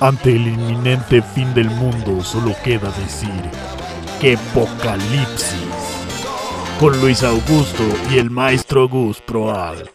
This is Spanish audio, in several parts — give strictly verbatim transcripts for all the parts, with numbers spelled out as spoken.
Ante el inminente fin del mundo solo queda decir ¡que apocalipsis! Con Luis Augusto y el maestro Gus Proal.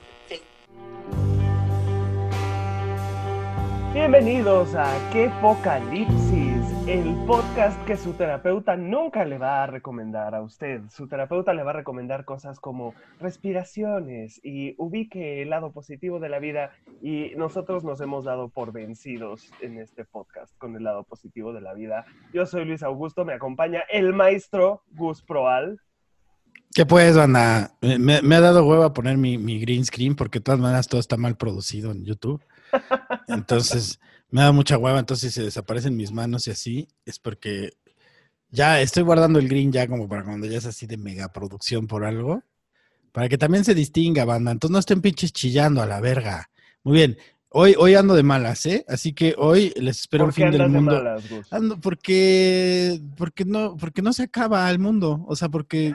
Bienvenidos a ¡Qué Apocalipsis! El podcast que su terapeuta nunca le va a recomendar a usted. Su terapeuta le va a recomendar cosas como respiraciones y ubique el lado positivo de la vida, y nosotros nos hemos dado por vencidos en este podcast con el lado positivo de la vida. Yo soy Luis Augusto, me acompaña el maestro Gus Proal. ¿Qué pues, banda? Me, me ha dado hueva poner mi, mi green screen porque de todas maneras todo está mal producido en YouTube. Entonces, me da mucha hueva. Entonces, si se desaparecen mis manos y así, es porque ya estoy guardando el green ya como para cuando ya es así de megaproducción por algo. Para que también se distinga, banda. Entonces, no estén pinches chillando a la verga. Muy bien. Hoy, hoy ando de malas, ¿eh? Así que hoy les espero un fin del mundo. ¿Por qué andas de malas, Gus? Ando porque, porque, no, porque no se acaba el mundo. O sea, porque...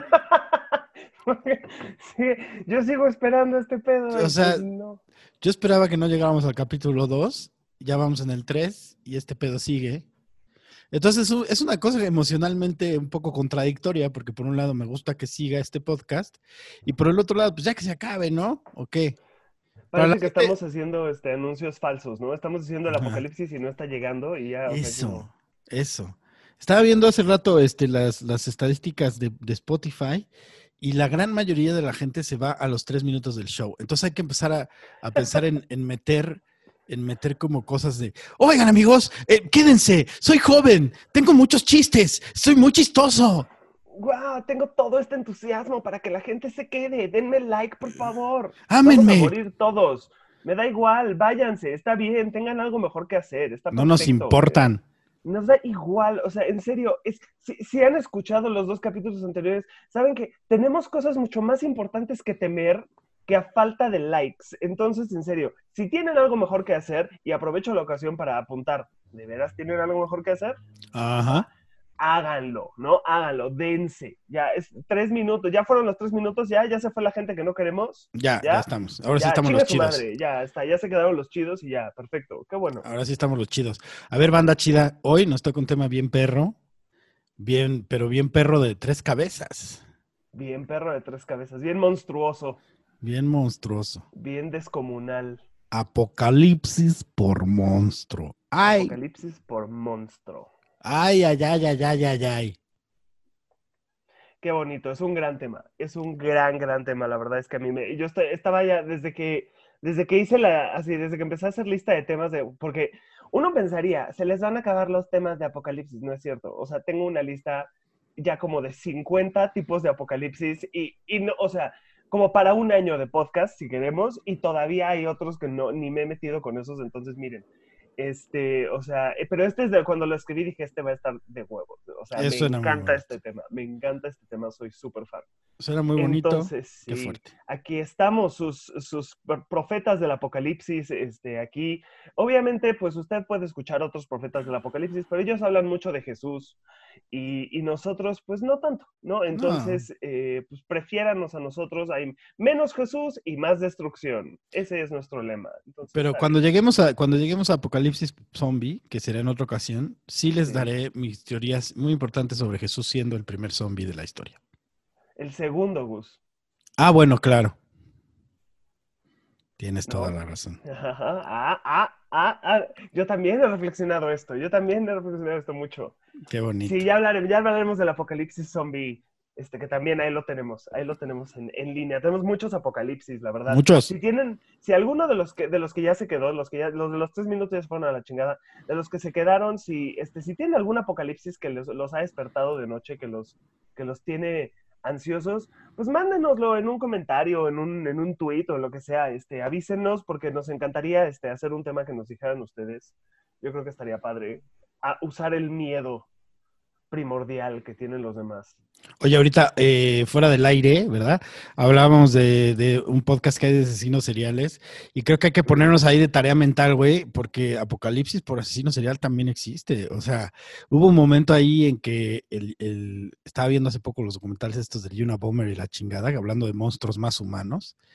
Sí, yo sigo esperando este pedo. O sea, pues no. Yo esperaba que no llegáramos al capítulo dos, ya vamos en el tres y este pedo sigue. Entonces es una cosa emocionalmente un poco contradictoria, porque por un lado me gusta que siga este podcast y por el otro lado, pues ya que se acabe, ¿no? ¿O qué? Para Parece la que gente... estamos haciendo este, anuncios falsos, ¿no? Estamos diciendo el Ajá. apocalipsis y no está llegando y ya, o sea, Eso, como... eso. Estaba viendo hace rato este, las, las estadísticas de, de Spotify y la gran mayoría de la gente se va a los tres minutos del show. Entonces hay que empezar a, a pensar en, en meter... en meter como cosas de, oigan amigos, eh, quédense, soy joven, tengo muchos chistes, soy muy chistoso. ¡Guau! Tengo todo este entusiasmo para que la gente se quede. Denme like, por favor. Ámenme. Vamos a morir todos. Me da igual, váyanse, está bien, tengan algo mejor que hacer. Está No nos perfecto, importan. güey. Nos da igual, o sea, en serio, es, si, si han escuchado los dos capítulos anteriores, saben que tenemos cosas mucho más importantes que temer que a falta de likes. Entonces, en serio, si tienen algo mejor que hacer, y aprovecho la ocasión para apuntar, ¿de veras tienen algo mejor que hacer? Ajá. Háganlo, ¿no? Háganlo, dense. Ya, es tres minutos, ya fueron los tres minutos, ya, ya se fue la gente que no queremos. Ya, ya, ya estamos. Ahora ya, sí estamos los su chidos. Madre, ya está, ya se quedaron los chidos y ya, perfecto, qué bueno. Ahora sí estamos los chidos. A ver, banda chida, hoy nos toca un tema bien perro, bien, pero bien perro de tres cabezas. Bien perro de tres cabezas, bien monstruoso. Bien monstruoso. Bien descomunal. Apocalipsis por monstruo. Ay. Apocalipsis por monstruo. Ay, ay, ay, ay, ay, ay, ay. Qué bonito, es un gran tema, es un gran, gran tema, la verdad es que a mí me... Yo estoy, estaba ya desde que, desde que hice la, así, desde que empecé a hacer lista de temas, de, porque uno pensaría, se les van a acabar los temas de apocalipsis, no es cierto, o sea, tengo una lista ya como de cincuenta tipos de apocalipsis y, y no, o sea, como para un año de podcast, si queremos, y todavía hay otros que no, ni me he metido con esos, entonces miren. Este, o sea, eh, pero este es de cuando lo escribí, dije, este va a estar de huevos. O sea, Eso me encanta este tema, me encanta este tema, soy súper fan. Suena muy bonito. Entonces, sí, qué fuerte. Aquí estamos, sus, sus profetas del apocalipsis, este, aquí. Obviamente, pues usted puede escuchar otros profetas del apocalipsis, pero ellos hablan mucho de Jesús y, y nosotros, pues no tanto, ¿no? Entonces, no. Eh, pues prefiéranos a nosotros, hay menos Jesús y más destrucción. Ese es nuestro lema. Entonces, pero cuando lleguemos, a, cuando lleguemos a Apocalipsis Zombie, que será en otra ocasión, sí les sí. daré mis teorías muy importantes sobre Jesús siendo el primer zombie de la historia. El segundo, Gus. Ah, bueno, claro. Tienes toda ¿no? la razón. Ajá. Ah, ah, ah, ah. Yo también he reflexionado esto. Yo también he reflexionado esto mucho. Qué bonito. Sí, ya hablaremos, ya hablaremos del apocalipsis zombie. Este, que también ahí lo tenemos, ahí lo tenemos en, en línea. Tenemos muchos apocalipsis, la verdad. Muchos. Si tienen, si alguno de los que, de los que ya se quedó, los que ya, los de los tres minutos ya se fueron a la chingada, de los que se quedaron, si, este, si tienen algún apocalipsis que los, los ha despertado de noche, que los, que los tiene ansiosos, pues mándenoslo en un comentario, en un, en un tweet o lo que sea, este, avísenos porque nos encantaría este, hacer un tema que nos dijeran ustedes. Yo creo que estaría padre a usar el miedo primordial que tienen los demás. Oye, ahorita eh, fuera del aire, ¿verdad? Hablábamos de, de un podcast que hay de asesinos seriales y creo que hay que ponernos ahí de tarea mental, güey, porque apocalipsis por asesino serial también existe. O sea, hubo un momento ahí en que el, el, estaba viendo hace poco los documentales estos del Unabomber y la chingada, hablando de monstruos más humanos.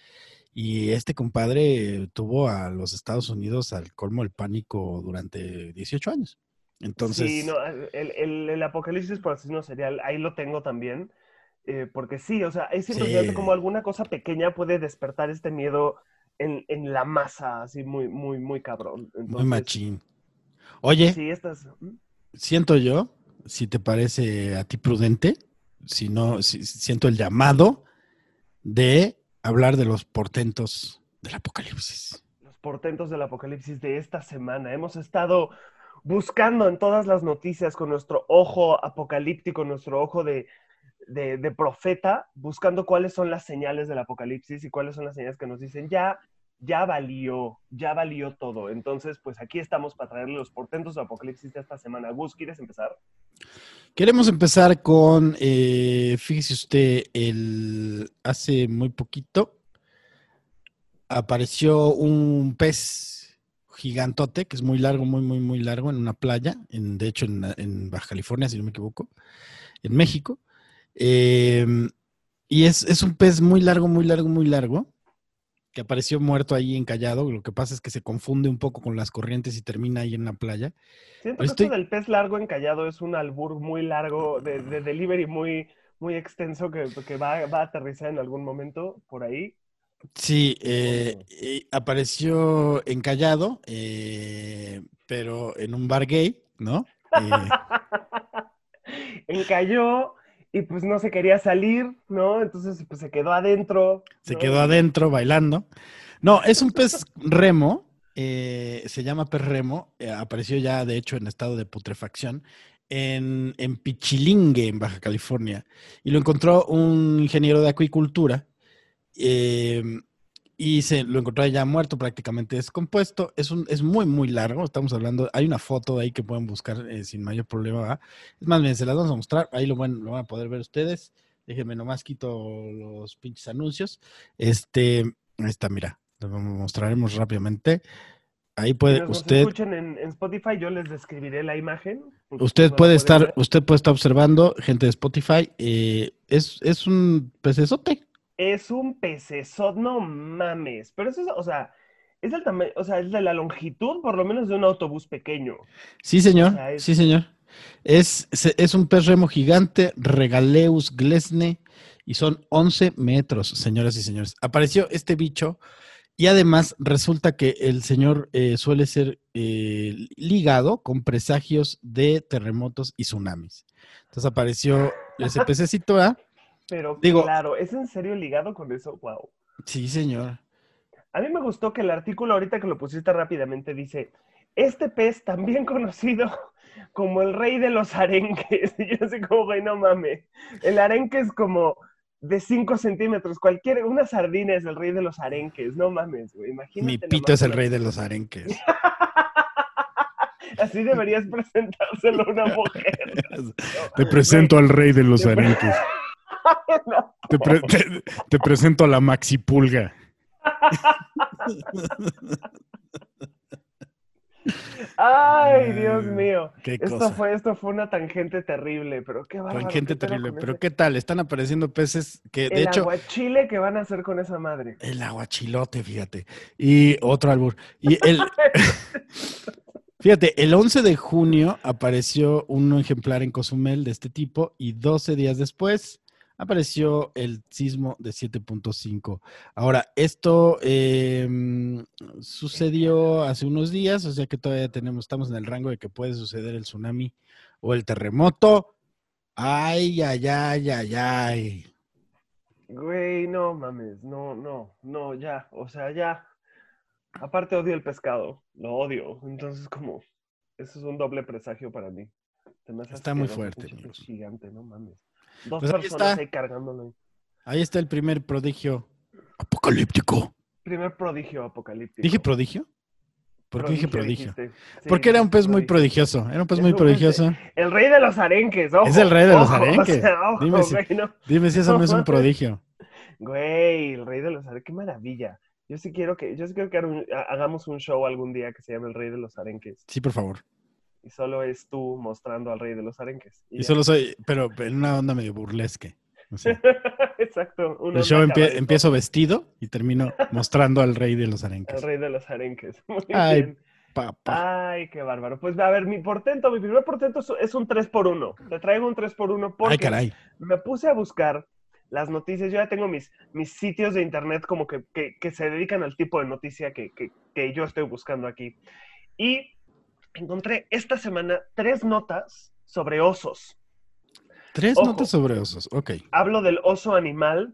Y este compadre tuvo a los Estados Unidos al colmo del pánico durante dieciocho años. Entonces, Sí, no, el, el, el apocalipsis por asesino serial, ahí lo tengo también. Eh, porque sí, o sea, es impresionante sí, cómo alguna cosa pequeña puede despertar este miedo en, en la masa, así muy, muy, muy cabrón. muy Entonces, machín. Oye, sí, estas... ¿Mm? siento yo, si te parece a ti prudente, si no, si, si siento el llamado de hablar de los portentos del apocalipsis. Los portentos del apocalipsis de esta semana. Hemos estado buscando en todas las noticias con nuestro ojo apocalíptico, nuestro ojo de, de, de profeta, buscando cuáles son las señales del apocalipsis y cuáles son las señales que nos dicen ya, ya valió, ya valió todo. Entonces, pues aquí estamos para traerle los portentos del apocalipsis de esta semana. Gus, ¿quieres empezar? Queremos empezar con, eh, fíjese usted, el, hace muy poquito apareció un pez gigantote, que es muy largo, muy, muy, muy largo, en una playa, en, de hecho en, en Baja California, si no me equivoco, en México. Eh, y es, es un pez muy largo, muy largo, muy largo, que apareció muerto ahí encallado. Lo que pasa es que se confunde un poco con las corrientes y termina ahí en la playa. Siento Pero que esto estoy, del pez largo encallado es un albur muy largo, de, de delivery muy, muy extenso que, que va, va a aterrizar en algún momento por ahí. sí, eh, Supongo. eh, apareció encallado, eh, pero en un bar gay, ¿no? Eh, Encalló y pues no se quería salir, ¿no? Entonces pues se quedó adentro, se ¿no? quedó Y adentro bailando. No, es un pez remo, eh, se llama pez remo, eh, apareció ya de hecho en estado de putrefacción en, en Pichilingue, en Baja California, y lo encontró un ingeniero de acuicultura. Eh, y se lo encontró ya muerto, prácticamente descompuesto. Es, un, es muy, muy largo. Estamos hablando, hay una foto ahí que pueden buscar eh, sin mayor problema. ¿Va? Es más bien, se las vamos a mostrar. Ahí lo van, lo van a poder ver ustedes. Déjenme nomás quito los pinches anuncios. Este, ahí está, mira, lo mostraremos rápidamente. Ahí puede quienes nos usted, escuchen en, en Spotify, yo les describiré la imagen, porque pues usted no la puede pueden estar, ver. usted puede estar observando, gente de Spotify. Eh, es, es un pecesote. Es un pecesot, no mames. Pero eso es, o sea, es del tamaño, o sea, es de la longitud por lo menos de un autobús pequeño. Sí, O señor, sea, sí, es, señor. Es, se- es un pez remo gigante, Regaleus glesne, y son once metros, señoras y señores. Apareció este bicho y además resulta que el señor eh, suele ser eh, ligado con presagios de terremotos y tsunamis. Entonces apareció ese pececito, ¿ah? pero Digo, claro, ¿es en serio ligado con eso? Wow. sí, señor. A mí me gustó que el artículo, ahorita que lo pusiste rápidamente, dice, este pez, también conocido como el rey de los arenques. Y yo así como, güey, no mames. El arenque es como de cinco centímetros. Cualquier, una sardina es el rey de los arenques. No mames, güey. Mi Imagínate nada pito más es el una rey de cosa los así. arenques. Así deberías presentárselo a una mujer. No, Te güey. presento al rey de los te pre- arenques. No. Te, pre- te- te presento a la maxipulga. Ay, Dios Ah, mío. qué Esto cosa. fue, esto fue una tangente terrible, pero qué bárbaro, qué Tangente pedo terrible. con Pero ese. ¿qué tal? Están apareciendo peces que, de El hecho, aguachile que van a hacer con esa madre. el aguachilote, fíjate. Y otro albur. Y el, fíjate, el once de junio apareció un ejemplar en Cozumel de este tipo y doce días después apareció el sismo de siete punto cinco. Ahora, esto eh, sucedió hace unos días, o sea que todavía tenemos, estamos en el rango de que puede suceder el tsunami o el terremoto. Ay, ay, ay, ay, ay. Güey, no mames, no, no, no, ya, o sea, ya. Aparte odio el pescado, lo odio. Entonces, como, eso es un doble presagio para mí. Te me hace Está muy asqueroso, fuerte, pinche pez amigos. gigante, no mames. Dos Pues ahí personas está, ahí cargándolo. ahí está el primer prodigio apocalíptico. Primer prodigio ¿Dije apocalíptico. prodigio? ¿Por qué dije Prodigio prodigio? dijiste. Sí, Porque era un dijiste pez muy prodigio. prodigioso. Era un pez Es muy un pez, de- prodigioso. el rey de los arenques, Es el ojo, rey de los ojo, o arenques. sea, Dime ojo, si, güey, no. dime si eso no es un prodigio. Güey, el rey de los arenques, qué maravilla. Yo sí quiero que, yo sí quiero que haga un- ha- hagamos un show algún día que se llame el rey de los arenques. Sí, por favor. Y solo es tú mostrando al rey de los arenques. Y Y ya. solo soy, pero en una onda medio burlesque. O sea, Exacto. Una el show onda empie- cabaretón. empiezo vestido y termino mostrando al rey de los El arenques. rey de los arenques. Muy Ay, bien. papá. Ay, qué bárbaro. Pues a ver, mi portento, mi primer portento es- es un tres por uno. Te traigo un tres por uno Ay, porque caray. me puse a buscar las noticias. Yo ya tengo mis, mis sitios de internet como que, que, que se dedican al tipo de noticia que, que, que yo estoy buscando aquí. Y encontré esta semana tres notas sobre osos. Tres Ojo. notas sobre osos. Ok. Hablo del oso animal,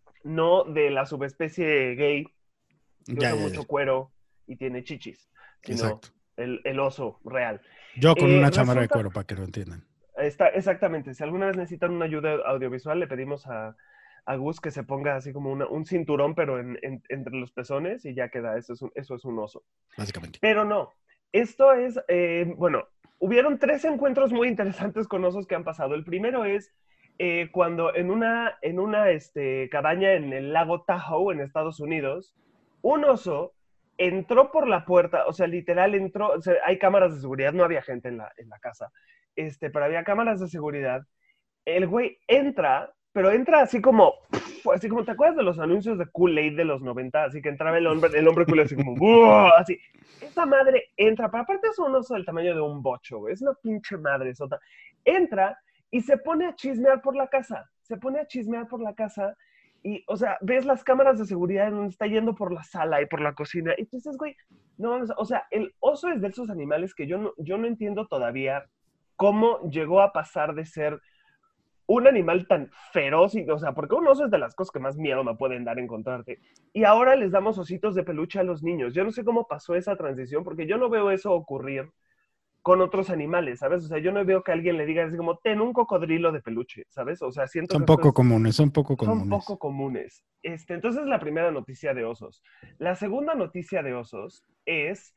no de la subespecie gay que Ya, usa ya, mucho ya. cuero y tiene chichis, sino Exacto. el, el oso real. Yo con Eh, una chamarra de resulta- cuero para que lo entiendan. Está, exactamente. Si alguna vez necesitan una ayuda audiovisual, le pedimos a, a Gus que se ponga así como una- un cinturón, pero en- en- entre los pezones y ya queda. Eso es un, eso es un oso. Básicamente. Pero no. Esto es, eh, bueno, hubieron tres encuentros muy interesantes con osos que han pasado. El primero es eh, cuando en una, en una este, cabaña en el lago Tahoe, en Estados Unidos, un oso entró por la puerta, o sea, literal entró, o sea, hay cámaras de seguridad, no había gente en la, en la casa, este, pero había cámaras de seguridad. El güey entra, pero entra así como, pf, así como, ¿te acuerdas de los anuncios de Kool-Aid de los noventa? Así que entraba el hombre, el hombre Kool-Aid así como, ¡buah! Así. Esa madre entra, pero aparte es un oso del tamaño de un bocho, güey, es una pinche madre sota. Entra y se pone a chismear por la casa, se pone a chismear por la casa y, o sea, ves las cámaras de seguridad en donde está yendo por la sala y por la cocina y tú dices, güey, no mames, o sea, el oso es de esos animales que yo no, yo no entiendo todavía cómo llegó a pasar de ser un animal tan feroz, y, o sea, porque un oso es de las cosas que más miedo me pueden dar encontrarte. Y ahora les damos ositos de peluche a los niños. Yo no sé cómo pasó esa transición, porque yo no veo eso ocurrir con otros animales, ¿sabes? O sea, yo no veo que alguien le diga así como, ten un cocodrilo de peluche, ¿sabes? O sea, siento Son que esto poco es- comunes, son poco son comunes. poco comunes. Este, entonces, la primera noticia de osos. La segunda noticia de osos es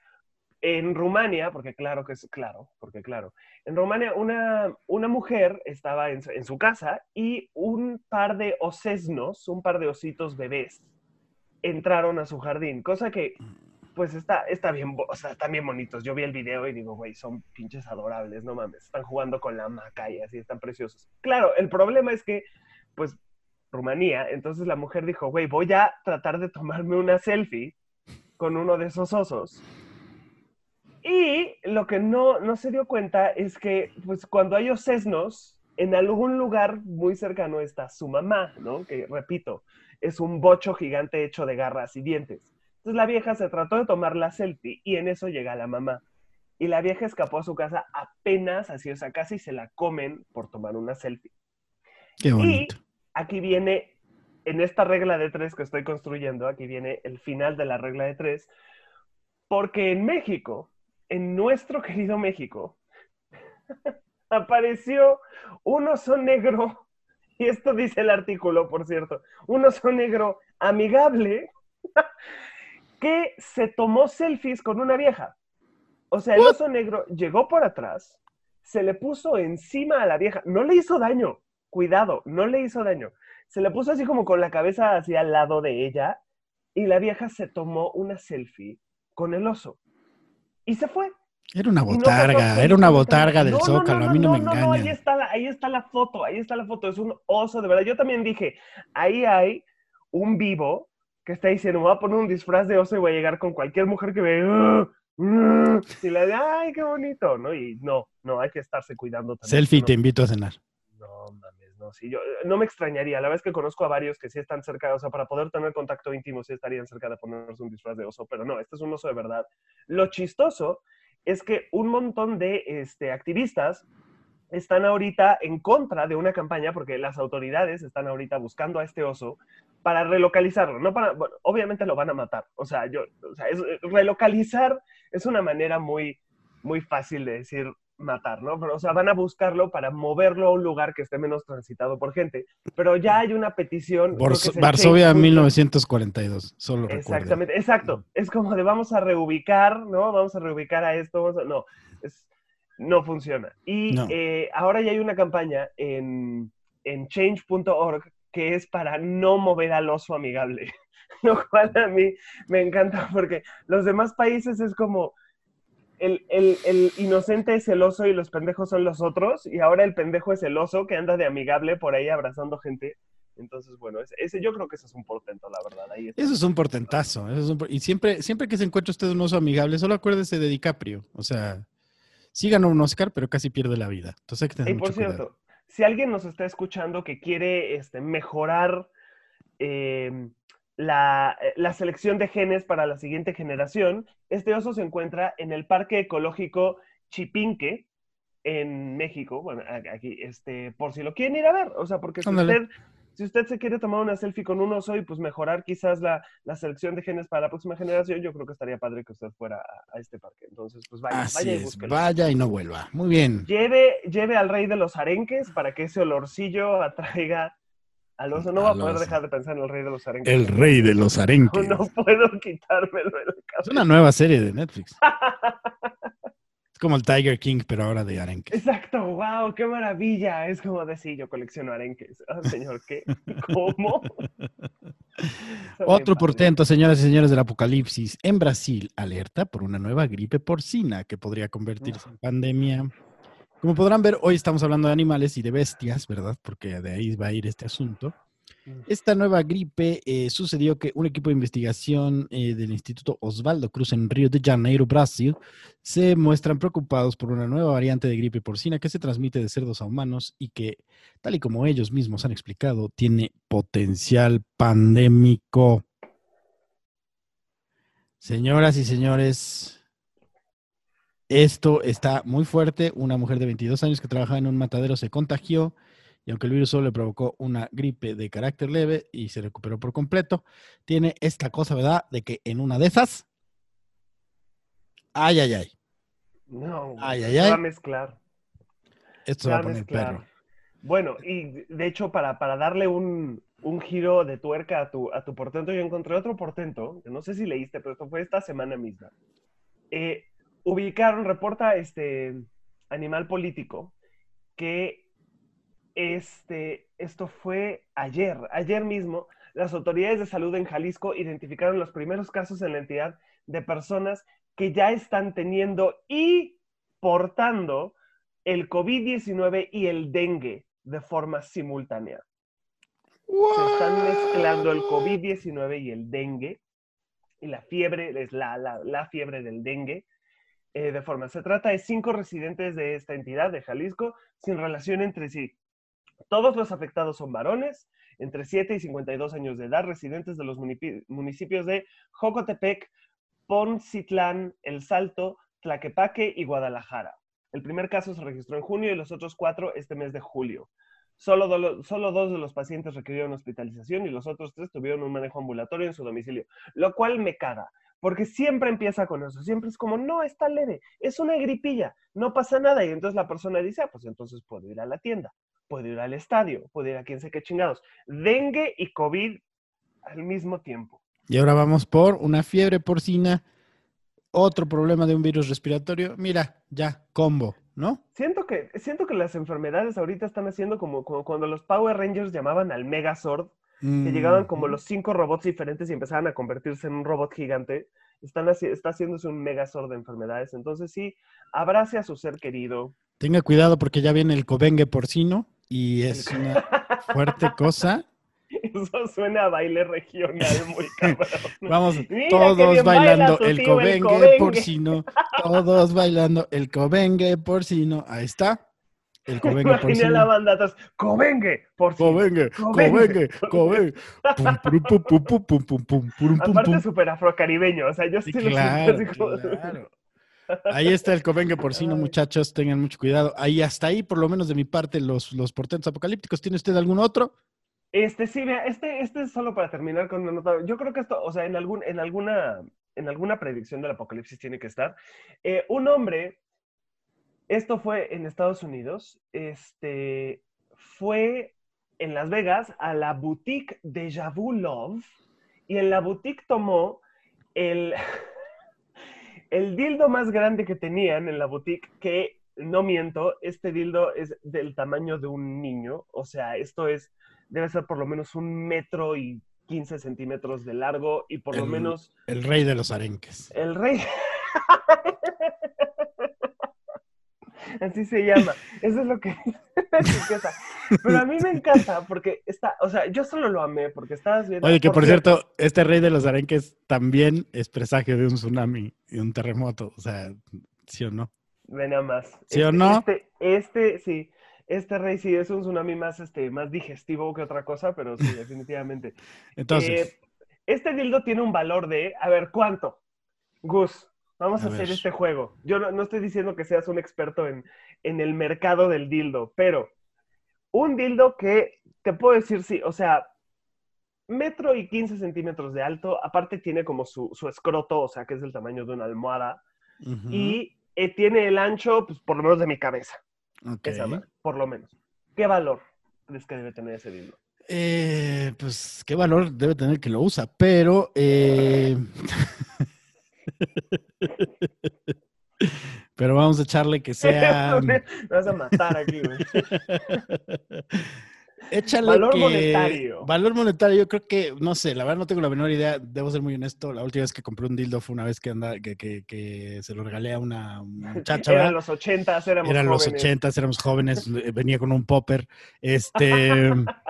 en Rumania, porque claro que es claro, porque claro, en Rumania una, una mujer estaba en, su- en su casa y un par de osesnos, un par de ositos bebés, entraron a su jardín, cosa que pues está, está bien, bo- o sea, están bien bonitos. Yo vi el video y digo, güey, son pinches adorables, no mames, están jugando con la hamaca y así, están preciosos. Claro, el problema es que, pues, Rumanía, entonces la mujer dijo, güey, voy a tratar de tomarme una selfie con uno de esos osos. Y lo que no, no se dio cuenta es que, pues, cuando hay osesnos, en algún lugar muy cercano está su mamá, ¿no? Que, repito, es un bocho gigante hecho de garras y dientes. Entonces la vieja se trató de tomar la selfie y en eso llega la mamá. Y la vieja escapó a su casa apenas, así, o sea, casi se la comen por tomar una selfie. Qué bonito. Y aquí viene, en esta regla de tres que estoy construyendo, aquí viene el final de la regla de tres, porque en México, en nuestro querido México, apareció un oso negro, y esto dice el artículo, por cierto, un oso negro amigable que se tomó selfies con una vieja. O sea, el oso negro llegó por atrás, se le puso encima a la vieja, no le hizo daño, cuidado, no le hizo daño. Se le puso así como con la cabeza hacia al lado de ella y la vieja se tomó una selfie con el oso y se fue. Era una Y no pasó botarga, era una absolutamente nada. botarga del No, no, Zócalo, no, a mí no no, me no, no, ahí engañan. está, la, ahí está la foto, ahí está la foto, es un oso de verdad. Yo también dije, ahí hay un vivo que está diciendo, me voy a poner un disfraz de oso y voy a llegar con cualquier mujer que ve, "Uh, uh", y le diga, ay, qué bonito, ¿no? Y no, no, hay que estarse cuidando también. Selfie, No, te invito a cenar. no mames, no, sí, yo no me extrañaría, la verdad es que conozco a varios que sí están cerca, o sea, para poder tener contacto íntimo sí estarían cerca de ponerse un disfraz de oso, pero no, este es un oso de verdad. Lo chistoso es que un montón de este, activistas están ahorita en contra de una campaña porque las autoridades están ahorita buscando a este oso para relocalizarlo, no para, bueno, obviamente lo van a matar, o sea, yo, o sea, es, relocalizar es una manera muy, muy fácil de decir matar, ¿no? Pero, o sea, van a buscarlo para moverlo a un lugar que esté menos transitado por gente, pero ya hay una petición, creo que Borso- es el Varsovia change punto- mil novecientos cuarenta y dos, solo recuerden. Exactamente, exacto. Es como de vamos a reubicar, ¿no? Vamos a reubicar a esto. Vamos a- No, es, no funciona. Y No. eh, ahora ya hay una campaña en, en change punto org que es para no mover al oso amigable. Lo cual a mí me encanta porque los demás países es como, el, el, el inocente es el oso y los pendejos son los otros, y ahora el pendejo es el oso que anda de amigable por ahí abrazando gente. Entonces, bueno, ese, ese yo creo que ese es un portento, la verdad. Ahí está. Eso es un portentazo. Eso es un por- y siempre, siempre que se encuentre usted un oso amigable, solo acuérdese de DiCaprio. O sea, sí ganó un Oscar, pero casi pierde la vida. Entonces hay que tener Y por mucho cuidado. cierto, si alguien nos está escuchando que quiere este, mejorar eh, la, la selección de genes para la siguiente generación, este oso se encuentra en el Parque Ecológico Chipinque, en México, bueno, aquí, este, por si lo quieren ir a ver, o sea, porque si Ándale. usted, si usted se quiere tomar una selfie con un oso y pues mejorar quizás la, la selección de genes para la próxima generación, yo creo que estaría padre que usted fuera a, a este parque. Entonces, pues vaya, Así vaya y es. búsquelo. Vaya y no vuelva. Muy bien. Lleve, lleve al rey de los arenques para que ese olorcillo atraiga al oso. No va a Al poder oso. dejar de pensar en el rey de los arenques. El rey de los No, arenques. no puedo quitármelo de la Es una cabeza. nueva serie de Netflix. Es como el Tiger King, pero ahora de arenques. Exacto, wow, qué maravilla. Es como decir, yo colecciono arenques. Ah, señor, ¿qué? ¿Cómo? Está bien Otro padre. portento, señoras y señores del apocalipsis. En Brasil, alerta por una nueva gripe porcina que podría convertirse en pandemia. Como podrán ver, hoy estamos hablando de animales y de bestias, ¿verdad? Porque de ahí va a ir este asunto. Esta nueva gripe eh, sucedió que un equipo de investigación eh, del Instituto Osvaldo Cruz en Río de Janeiro, Brasil, se muestran preocupados por una nueva variante de gripe porcina que se transmite de cerdos a humanos y que, tal y como ellos mismos han explicado, tiene potencial pandémico. Señoras y señores, esto está muy fuerte. Una mujer de veintidós años que trabajaba en un matadero se contagió y aunque el virus solo le provocó una gripe de carácter leve y se recuperó por completo, tiene esta cosa, ¿verdad? De que en una de esas, ay, ay, ay, No, ay, güey, ay, se va a ay, mezclar. esto Se se va va a a poner perro. mezclar. Bueno, y de hecho, para, para darle un, un giro de tuerca a tu, a tu portento, yo encontré otro portento, que no sé si leíste, pero esto fue esta semana misma. Eh, ubicaron, reporta este Animal Político, que este, esto fue ayer, ayer mismo, las autoridades de salud en Jalisco identificaron los primeros casos en la entidad de personas que ya están teniendo y portando el COVID diecinueve y el dengue de forma simultánea. Se están mezclando el COVID diecinueve y el dengue, y la fiebre, es la, la, la fiebre del dengue, eh, de forma. Se trata de cinco residentes de esta entidad, de Jalisco, sin relación entre sí. Todos los afectados son varones, entre siete y cincuenta y dos años de edad, residentes de los municipios de Jocotepec, Poncitlán, El Salto, Tlaquepaque y Guadalajara. El primer caso se registró en junio y los otros cuatro este mes de julio. Solo, do, solo dos de los pacientes requirieron hospitalización y los otros tres tuvieron un manejo ambulatorio en su domicilio, lo cual me caga, porque siempre empieza con eso, siempre es como, no, está leve, es una gripilla, no pasa nada, y entonces la persona dice, ah, pues entonces puedo ir a la tienda, puedo ir al estadio, puedo ir a quién sé qué chingados. Dengue y COVID al mismo tiempo. Y ahora vamos por una fiebre porcina, otro problema de un virus respiratorio. Mira, ya, combo, ¿no? Siento que, siento que las enfermedades ahorita están haciendo como, como cuando los Power Rangers llamaban al Megazord, Mm. que llegaban como los cinco robots diferentes y empezaban a convertirse en un robot gigante. Están así, está haciéndose un Megazord de enfermedades. Entonces sí, abrace a su ser querido. Tenga cuidado porque ya viene el cobengue porcino y es El... una fuerte cosa. Eso suena a baile regional muy cabrón. Vamos, Mira todos bailando baila el tío, cobengue, el cobengue porcino. Todos bailando el cobengue porcino. Ahí está. El cobengue Imaginé a la porcino. banda atrás. ¡Cobengue! Porcino. Cobengue, ¡Cobengue! cobengue, cobengue. Pum, pum, pum, pum, pum, pum, pum, pum, pum, pum, Aparte pum. súper afrocaribeño. O sea, yo sí, Sí, lo siento claro, así como... claro. Ahí está el cobengue porcino, Ay. muchachos. Tengan mucho cuidado. Ahí hasta ahí, por lo menos de mi parte, los, los portentos apocalípticos. ¿Tiene usted algún otro? Este, sí, vea, este, este es solo para terminar con una nota. Yo creo que esto, o sea, en, algún, en, alguna, en alguna predicción del apocalipsis tiene que estar. Eh, un hombre, esto fue en Estados Unidos, este, fue en Las Vegas a la boutique Deja Vu Love y en la boutique tomó el, el dildo más grande que tenían en la boutique, que no miento, este dildo es del tamaño de un niño, o sea, esto es, debe ser por lo menos un metro y quince centímetros de largo y por el, lo menos... El rey de los arenques. El rey... Así se llama. Eso es lo que la etiqueta. Pero a mí me encanta porque está, o sea, yo solo lo amé porque estabas viendo. Oye, que por cierto, este rey de los arenques también es presagio de un tsunami y un terremoto. O sea, ¿sí o no? Ve nada más. ¿Sí este, o no? Este, este, sí. Este rey sí es un tsunami más, este, más digestivo que otra cosa, pero sí, definitivamente. Entonces, Eh, este dildo tiene un valor de, a ver, ¿cuánto? Gus, vamos a a hacer ver. este juego. Yo no, no estoy diciendo que seas un experto en, en el mercado del dildo, pero un dildo que te puedo decir, sí, o sea, metro y quince centímetros de alto, aparte tiene como su, su escroto, o sea, que es del tamaño de una almohada, Ujú, y eh, tiene el ancho, pues por lo menos de mi cabeza, ok. esa madre, por lo menos. ¿Qué valor crees que debe tener ese dildo? Eh, pues, ¿qué valor debe tener que lo usa? Pero, eh... pero vamos a echarle que sean... Me vas a matar aquí, güey. Échale Valor que... monetario. Valor monetario, yo creo que, no sé, la verdad no tengo la menor idea, debo ser muy honesto, la última vez que compré un dildo fue una vez que, anda, que, que, que se lo regalé a una muchacha, Eran ¿verdad? los ochentas, éramos Eran los jóvenes. ochentas, éramos jóvenes, venía con un popper. Este...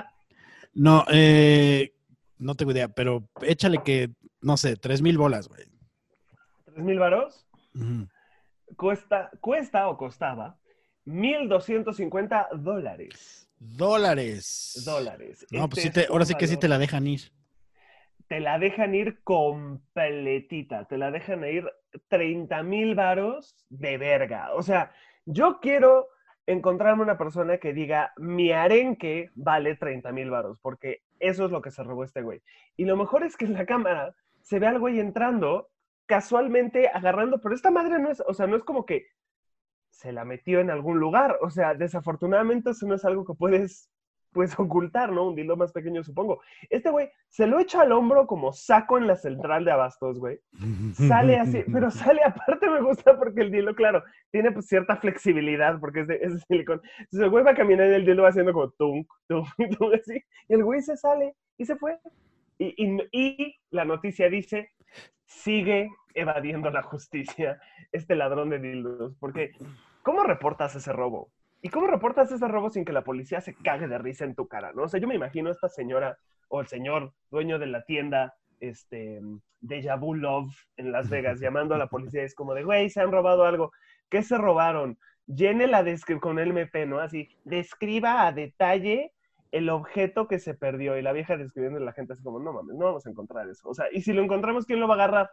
No, eh, no tengo idea, pero échale que, no sé, tres mil bolas, güey. ¿Tres mil varos? Ujú. Cuesta, cuesta o costaba mil doscientos cincuenta dólares. Dólares. Dólares. No, pues Este sí es te, ahora un sí que sí valor. te la dejan ir. Te la dejan ir completita. Te la dejan ir treinta mil varos de verga. O sea, yo quiero encontrarme una persona que diga, mi arenque vale treinta mil varos, porque eso es lo que se robó este güey. Y lo mejor es que en la cámara se ve al güey entrando, casualmente agarrando, pero esta madre no es, o sea, no es como que se la metió en algún lugar. O sea, desafortunadamente eso no es algo que puedes, pues, ocultar, ¿no? Un dildo más pequeño, supongo. Este güey se lo echa al hombro como saco en la central de abastos, güey. Sale así, pero sale aparte, me gusta porque el dildo, claro, tiene pues cierta flexibilidad porque es de, es de silicón. Entonces el güey va a caminar y el dildo va haciendo como tunk, tunk, tunk, así. Y el güey se sale y se fue. Y, y, y la noticia dice, sigue evadiendo la justicia este ladrón de dildos. Porque, ¿cómo reportas ese robo? ¿Y cómo reportas ese robo sin que la policía se cague de risa en tu cara, no? O sea, yo me imagino a esta señora o el señor dueño de la tienda, este, Deja Vu Love en Las Vegas, llamando a la policía. Es como de, güey, se han robado algo. ¿Qué se robaron? Llene la descripción con el M P, ¿no? Así, describa a detalle el objeto que se perdió. Y la vieja describiendo a la gente así como, no mames, no vamos a encontrar eso. O sea, y si lo encontramos, ¿quién lo va a agarrar?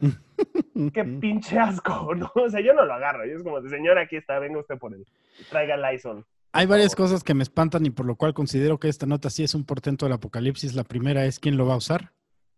Qué pinche asco, ¿no? O sea, yo no lo agarro. Yo es como de, señora, aquí está, venga usted por él. Traiga Lysol. Hay varias cosas que me espantan y por lo cual considero que esta nota sí es un portento del apocalipsis. La primera es ¿quién lo va a usar?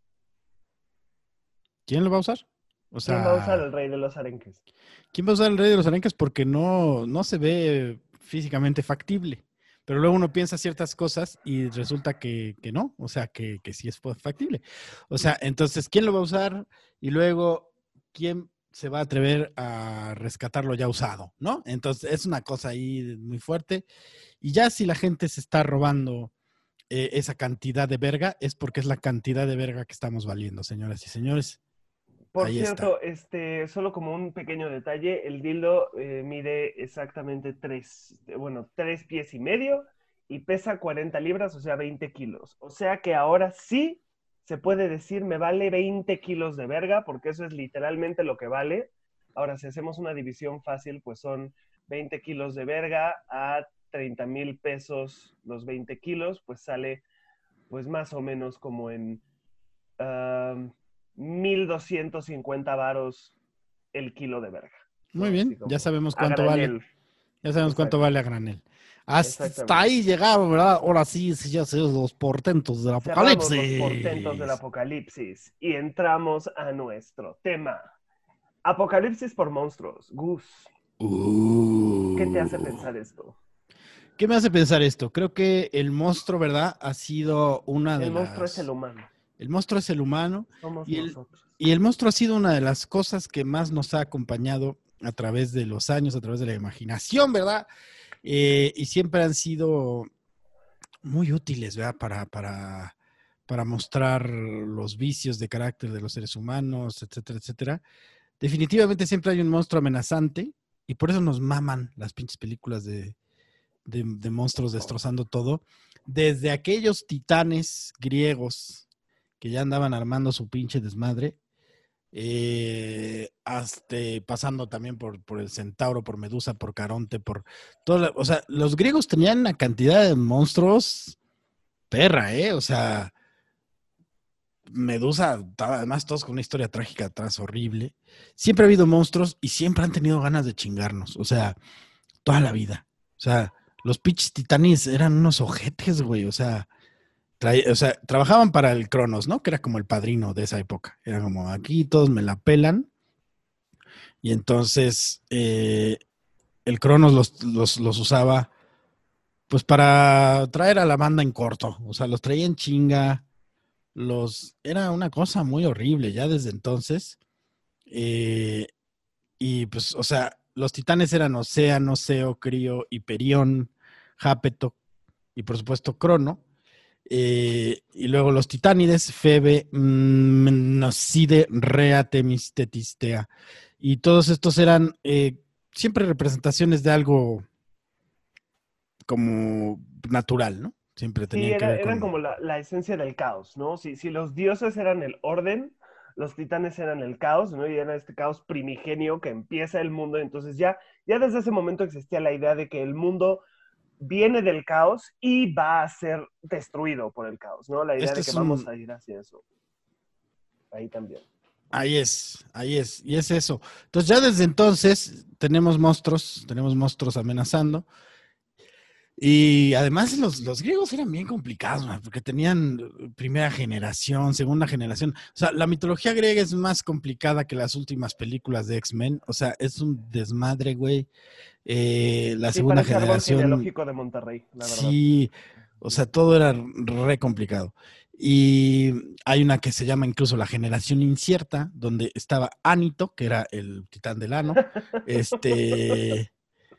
¿Quién lo va a usar? O sea, ¿quién va a usar el rey de los arenques? ¿quién va a usar el rey de los arenques? Porque no, no se ve físicamente factible. Pero luego uno piensa ciertas cosas y resulta que, que no, o sea, que, que sí es factible. O sea, entonces, ¿quién lo va a usar? Y luego, ¿quién se va a atrever a rescatarlo ya usado? ¿No? Entonces, es una cosa ahí muy fuerte. Y ya si la gente se está robando eh, esa cantidad de verga, es porque es la cantidad de verga que estamos valiendo, señoras y señores. Por Ahí está. cierto, este, solo como un pequeño detalle, el dildo eh, mide exactamente tres, bueno, tres pies y medio y pesa cuarenta libras, o sea, veinte kilos. O sea que ahora sí se puede decir me vale veinte kilos de verga, porque eso es literalmente lo que vale. Ahora, si hacemos una división fácil, pues son veinte kilos de verga a treinta mil pesos los veinte kilos, pues sale pues más o menos como en... Um, mil doscientos cincuenta varos el kilo de verga, Muy ¿no? Así bien, ya como sabemos a cuánto vale. granel. Ya sabemos cuánto vale a granel. Hasta Exactamente. ahí llegamos, ¿verdad? Ahora sí, sí, ya sé, los portentos del Cerramos apocalipsis. los portentos del apocalipsis y entramos a nuestro tema. Apocalipsis por monstruos. Gus, Uh. ¿qué te hace pensar esto? ¿Qué me hace pensar esto? Creo que el monstruo, ¿verdad? Ha sido una de El monstruo las... es el humano. El monstruo es el humano. Somos Y el, nosotros. y el monstruo ha sido una de las cosas que más nos ha acompañado a través de los años, a través de la imaginación, ¿verdad? Eh, y siempre han sido muy útiles, ¿verdad? Para, para, para mostrar los vicios de carácter de los seres humanos, etcétera, etcétera. Definitivamente siempre hay un monstruo amenazante Y por eso nos maman las pinches películas de, de, de monstruos destrozando todo. Desde aquellos titanes griegos que ya andaban armando su pinche desmadre, eh, hasta pasando también por, por el Centauro, por Medusa, por Caronte, por toda la, o sea, los griegos tenían una cantidad de monstruos perra, ¿eh? O sea, Medusa, además todos con una historia trágica atrás, horrible. Siempre ha habido monstruos y siempre han tenido ganas de chingarnos, o sea, toda la vida. O sea, los pinches titanes eran unos ojetes, güey, o sea, trae, o sea, trabajaban para el Cronos, ¿no? Que era como el padrino de esa época. Era como, aquí todos me la pelan. Y entonces eh, el Cronos los, los, los usaba pues para traer a la banda en corto. O sea, los traía en chinga. Los, era una cosa muy horrible ya desde entonces. Eh, y pues, o sea, los titanes eran Océano, Seo, Crío, Hiperión, Jápeto y por supuesto Crono. Eh, y luego los titánides, Febe, Mnocide, Rea, Temis, Tetistea. Y todos estos eran eh, siempre representaciones de algo como natural, ¿no? Siempre Sí, tenían que era, ver eran con... como la, la esencia del caos, ¿no? Si, si los dioses eran el orden, los titanes eran el caos, ¿no? Y era este caos primigenio que empieza el mundo. Entonces ya, ya desde ese momento existía la idea de que el mundo viene del caos y va a ser destruido por el caos, ¿no? La idea Este de que es vamos un... a ir hacia eso. Ahí también. Ahí es, ahí es, y es eso. Entonces ya desde entonces tenemos monstruos, tenemos monstruos amenazando. Y además los, los griegos eran bien complicados, man, porque tenían primera generación, segunda generación. O sea, la mitología griega es más complicada que las últimas películas de X-Men. O sea, es un desmadre, güey. Eh, la Sí, segunda parece árbol generación, genealógico de Monterrey, la verdad. sí, o sea, todo era re complicado. Y hay una que se llama incluso la generación incierta, donde estaba Anito, que era el titán del ano. Este...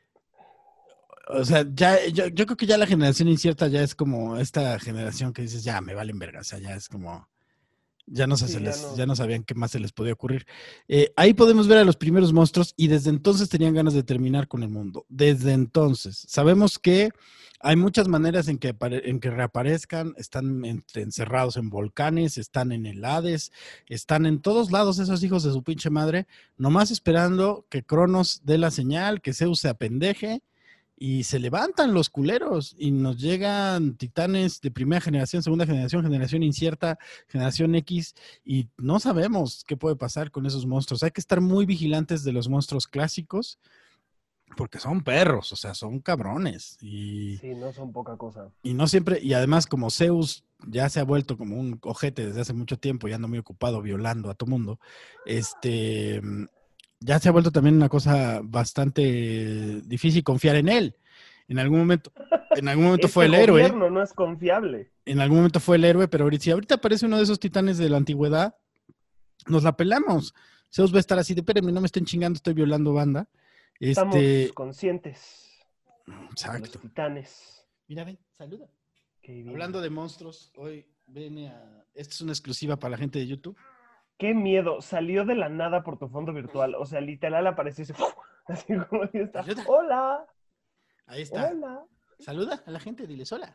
O sea, ya, yo, yo creo que ya la generación incierta ya es como esta generación que dices, ya me valen verga, o sea, ya es como, ya no sé, se Sí, ya les, no. ya no sabían qué más se les podía ocurrir. Eh, ahí podemos ver a los primeros monstruos y desde entonces tenían ganas de terminar con el mundo. Desde entonces. Sabemos que hay muchas maneras en que, apare- en que reaparezcan, están entre- encerrados en volcanes, están en el Hades, están en todos lados esos hijos de su pinche madre, nomás esperando que Cronos dé la señal, que Zeus se apendeje y se levantan los culeros y nos llegan titanes de primera generación, segunda generación, generación incierta, generación X, y no sabemos qué puede pasar con esos monstruos. Hay que estar muy vigilantes de los monstruos clásicos porque son perros, o sea, son cabrones. Y, Sí, no son poca cosa. y no siempre, y además como Zeus ya se ha vuelto como un ojete desde hace mucho tiempo y anda muy ocupado violando a todo mundo, este... ya se ha vuelto también una cosa bastante difícil confiar en él. En algún momento, en algún momento fue Este el héroe, gobierno no es confiable. en algún momento fue el héroe, pero ahorita, si ahorita aparece uno de esos titanes de la antigüedad, nos la pelamos. Zeus va a estar así de, espérenme, no me estén chingando, estoy violando banda. Estamos Este, conscientes de los exacto. titanes. Mira, ven, saluda. Qué bien. Hablando de monstruos, hoy viene a... Esta es una exclusiva para la gente de YouTube. Qué miedo, salió de la nada por tu fondo virtual. O sea, literal apareció así, así como ahí está. Ayuda. Hola, Ahí está. hola. Saluda a la gente, diles hola.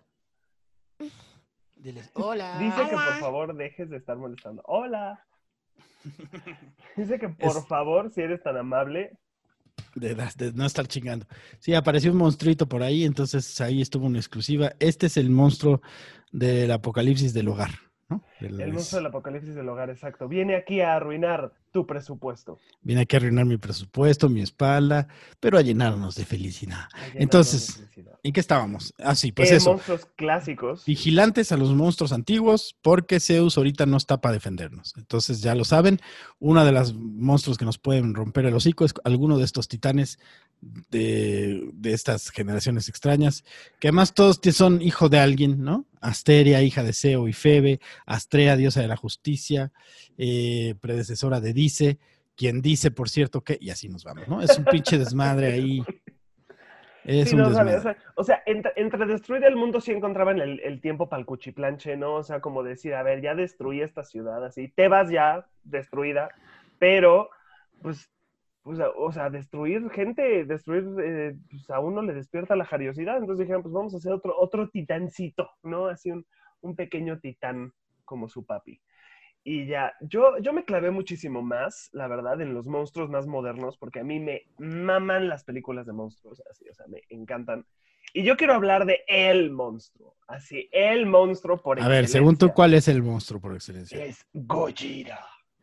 Diles hola. Dice que por favor dejes de estar molestando. Hola. Dice que por Es- favor, si eres tan amable. De, de no estar chingando. Sí, apareció un monstruito por ahí, entonces ahí estuvo una exclusiva. Este es el monstruo del apocalipsis del hogar, ¿no? Del- El monstruo es- del apocalipsis del hogar, exacto. Viene aquí a arruinar tu presupuesto. viene aquí a arruinar mi presupuesto, mi espalda, pero a llenarnos de felicidad. A llenarnos de Entonces, felicidad. ¿en qué estábamos? Ah, sí, pues Eh, eso. monstruos clásicos. Vigilantes a los monstruos antiguos, porque Zeus ahorita no está para defendernos. Entonces, ya lo saben, uno de los monstruos que nos pueden romper el hocico es alguno de estos titanes de, de estas generaciones extrañas, que además todos t- son hijo de alguien, ¿no? Asteria, hija de Zeo y Febe, Astrea, diosa de la justicia, eh, predecesora de Dice, quien dice, por cierto, que, y así nos vamos, ¿no? Es un pinche desmadre ahí. Es Sí, un no, sabes, o desmadre. sea, o sea, entre, entre destruir el mundo sí encontraban el, el tiempo para el cuchiplanche, ¿no? O sea, como decir, a ver, ya destruí esta ciudad, así, te vas ya destruida, pero, pues, pues, a- o sea, destruir gente, destruir, eh, pues a uno le despierta la jariosidad. Entonces dijeron, pues vamos a hacer otro, otro titancito, ¿no? Así un, un pequeño titán como su papi. Y ya, yo, yo me clavé muchísimo más, la verdad, en los monstruos más modernos, porque a mí me maman las películas de monstruos, así, o sea, me encantan. Y yo quiero hablar de el monstruo, así, el monstruo por A ver, según tú, excelencia. ¿cuál es el monstruo por excelencia? Es Gojira.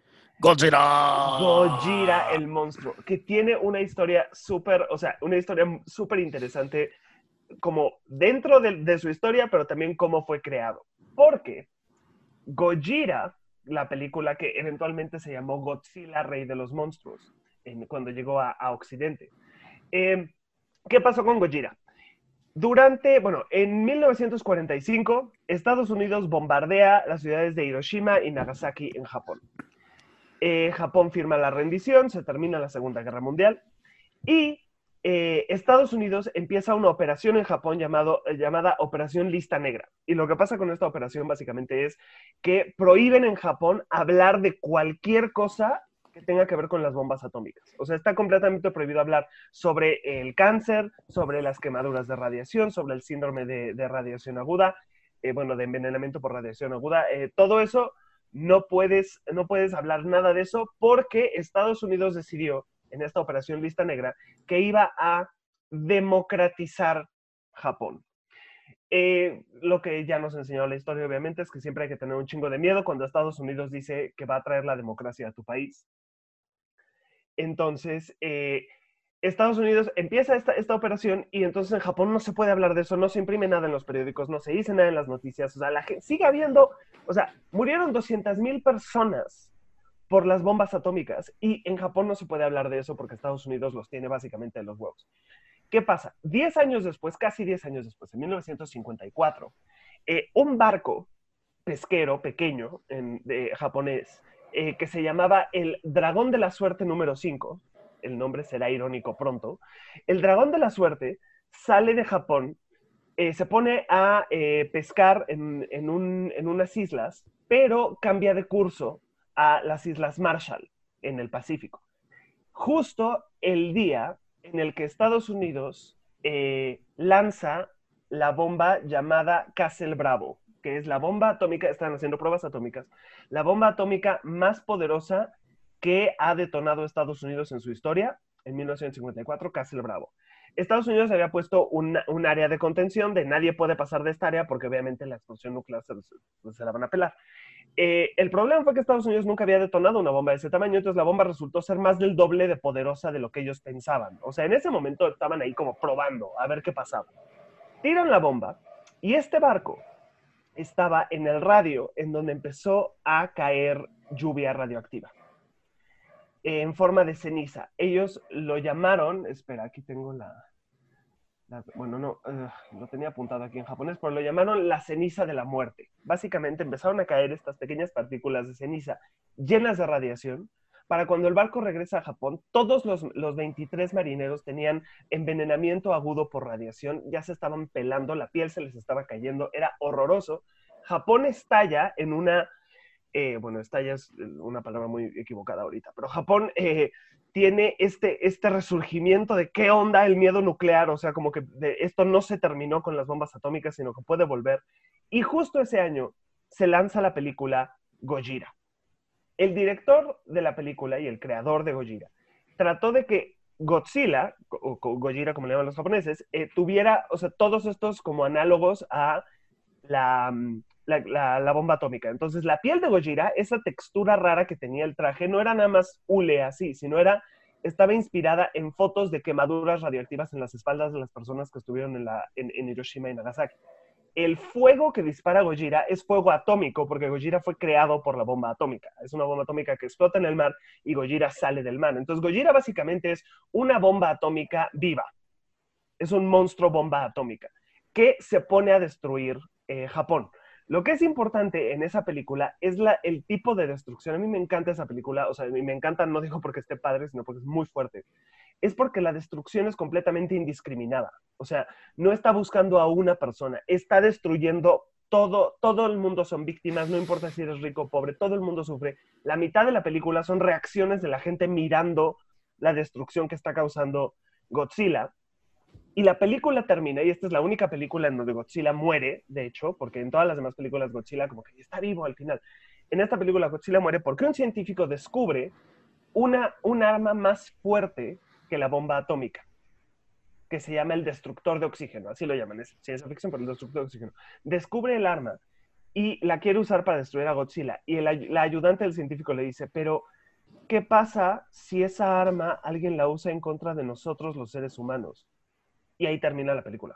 ¡Godzilla! Gojira, el monstruo, que tiene una historia súper, o sea, una historia súper interesante, como dentro de, de su historia, pero también cómo fue creado. Porque Gojira, la película que eventualmente se llamó Godzilla, Rey de los Monstruos, en, cuando llegó a, a Occidente. Eh, ¿Qué pasó con Gojira? Durante, bueno, en mil novecientos cuarenta y cinco, Estados Unidos bombardea las ciudades de Hiroshima y Nagasaki en Japón. Eh, Japón firma la rendición, se termina la Segunda Guerra Mundial y eh, Estados Unidos empieza una operación en Japón llamado, eh, llamada Operación Lista Negra. Y lo que pasa con esta operación básicamente es que prohíben en Japón hablar de cualquier cosa que tenga que ver con las bombas atómicas. O sea, está completamente prohibido hablar sobre el cáncer, sobre las quemaduras de radiación, sobre el síndrome de, de radiación aguda, eh, bueno, de envenenamiento por radiación aguda. Eh, todo eso, no puedes, no puedes hablar nada de eso porque Estados Unidos decidió en esta operación Lista Negra que iba a democratizar Japón. Eh, lo que ya nos enseñó la historia, obviamente, es que siempre hay que tener un chingo de miedo cuando Estados Unidos dice que va a traer la democracia a tu país. Entonces, eh, Estados Unidos empieza esta, esta operación y entonces en Japón no se puede hablar de eso, no se imprime nada en los periódicos, no se dice nada en las noticias, o sea, la gente sigue habiendo, o sea, murieron doscientas mil personas por las bombas atómicas y en Japón no se puede hablar de eso porque Estados Unidos los tiene básicamente en los huevos. ¿Qué pasa? Diez años después, casi diez años después, en mil novecientos cincuenta y cuatro, eh, un barco pesquero pequeño en, de, japonés eh, que se llamaba el Dragón de la Suerte número cinco, el nombre será irónico pronto, el Dragón de la Suerte sale de Japón, eh, se pone a eh, pescar en, en, un, en unas islas, pero cambia de curso a las Islas Marshall en el Pacífico. Justo el día en el que Estados Unidos eh, lanza la bomba llamada Castle Bravo, que es la bomba atómica, están haciendo pruebas atómicas, la bomba atómica más poderosa que ha detonado Estados Unidos en su historia, en mil novecientos cincuenta y cuatro, Castle Bravo. Estados Unidos había puesto un, un área de contención de nadie puede pasar de esta área porque obviamente la explosión nuclear se, se, se la van a pelar. Eh, el problema fue que Estados Unidos nunca había detonado una bomba de ese tamaño, entonces la bomba resultó ser más del doble de poderosa de lo que ellos pensaban. O sea, en ese momento estaban ahí como probando a ver qué pasaba. Tiran la bomba y este barco estaba en el radio en donde empezó a caer lluvia radioactiva en forma de ceniza. Ellos lo llamaron, espera, aquí tengo la, la bueno, no, uh, lo tenía apuntado aquí en japonés, pero lo llamaron la ceniza de la muerte. Básicamente empezaron a caer estas pequeñas partículas de ceniza llenas de radiación. Para cuando el barco regresa a Japón, todos los, los veintitrés marineros tenían envenenamiento agudo por radiación, ya se estaban pelando, la piel se les estaba cayendo, era horroroso. Japón estalla en una, eh, bueno, estalla es una palabra muy equivocada ahorita, pero Japón eh, tiene este, este resurgimiento de qué onda el miedo nuclear, o sea, como que de, esto no se terminó con las bombas atómicas, sino que puede volver. Y justo ese año se lanza la película Gojira. El director de la película y el creador de Gojira trató de que Godzilla, o Gojira como le llaman los japoneses, eh, tuviera, o sea, todos estos como análogos a la, la, la, la bomba atómica. Entonces, la piel de Gojira, esa textura rara que tenía el traje, no era nada más hule así, sino era, estaba inspirada en fotos de quemaduras radioactivas en las espaldas de las personas que estuvieron en, la, en, en Hiroshima y Nagasaki. El fuego que dispara Gojira es fuego atómico, porque Gojira fue creado por la bomba atómica. Es una bomba atómica que explota en el mar y Gojira sale del mar. Entonces, Gojira básicamente es una bomba atómica viva. Es un monstruo bomba atómica que se pone a destruir eh, Japón. Lo que es importante en esa película es la, el tipo de destrucción. A mí me encanta esa película, o sea, me encanta, no digo porque esté padre, sino porque es muy fuerte. Es porque la destrucción es completamente indiscriminada. O sea, no está buscando a una persona, está destruyendo todo, todo el mundo son víctimas, no importa si eres rico o pobre, todo el mundo sufre. La mitad de la película son reacciones de la gente mirando la destrucción que está causando Godzilla. Y la película termina, y esta es la única película en donde Godzilla muere, de hecho, porque en todas las demás películas Godzilla como que está vivo al final. En esta película Godzilla muere porque un científico descubre una, un arma más fuerte que la bomba atómica, que se llama el destructor de oxígeno, así lo llaman, es ciencia ficción, pero el destructor de oxígeno. Descubre el arma y la quiere usar para destruir a Godzilla. Y el, la ayudante del científico le dice, pero ¿qué pasa si esa arma alguien la usa en contra de nosotros los seres humanos? Y ahí termina la película.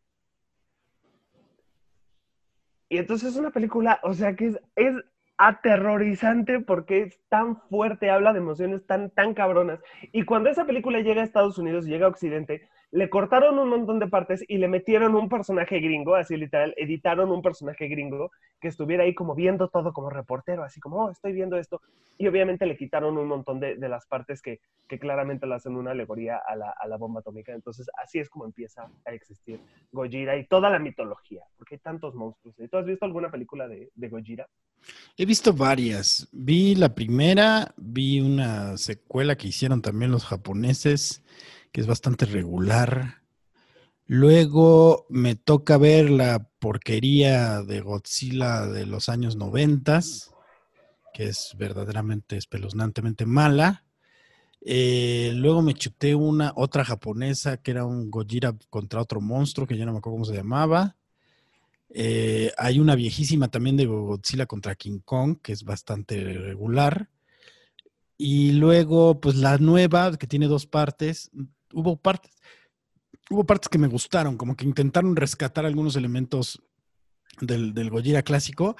Y entonces es una película, o sea, que es, es aterrorizante porque es tan fuerte, habla de emociones tan, tan cabronas. Y cuando esa película llega a Estados Unidos y llega a Occidente, le cortaron un montón de partes y le metieron un personaje gringo, así literal, editaron un personaje gringo que estuviera ahí como viendo todo como reportero, así como, oh, estoy viendo esto. Y obviamente le quitaron un montón de, de las partes que, que claramente le hacen una alegoría a la, a la bomba atómica. Entonces así es como empieza a existir Gojira y toda la mitología, porque hay tantos monstruos. ¿Tú has visto alguna película de, de Gojira? He visto varias. Vi la primera, vi una secuela que hicieron también los japoneses, que es bastante regular. Luego me toca ver la porquería de Godzilla de los años noventas, que es verdaderamente espeluznantemente mala. Eh, luego me chuté una otra japonesa que era un Gojira contra otro monstruo, que ya no me acuerdo cómo se llamaba. Eh, hay una viejísima también de Godzilla contra King Kong, que es bastante regular. Y luego, pues la nueva, que tiene dos partes. Hubo partes, hubo partes que me gustaron, como que intentaron rescatar algunos elementos del, del Gojira clásico,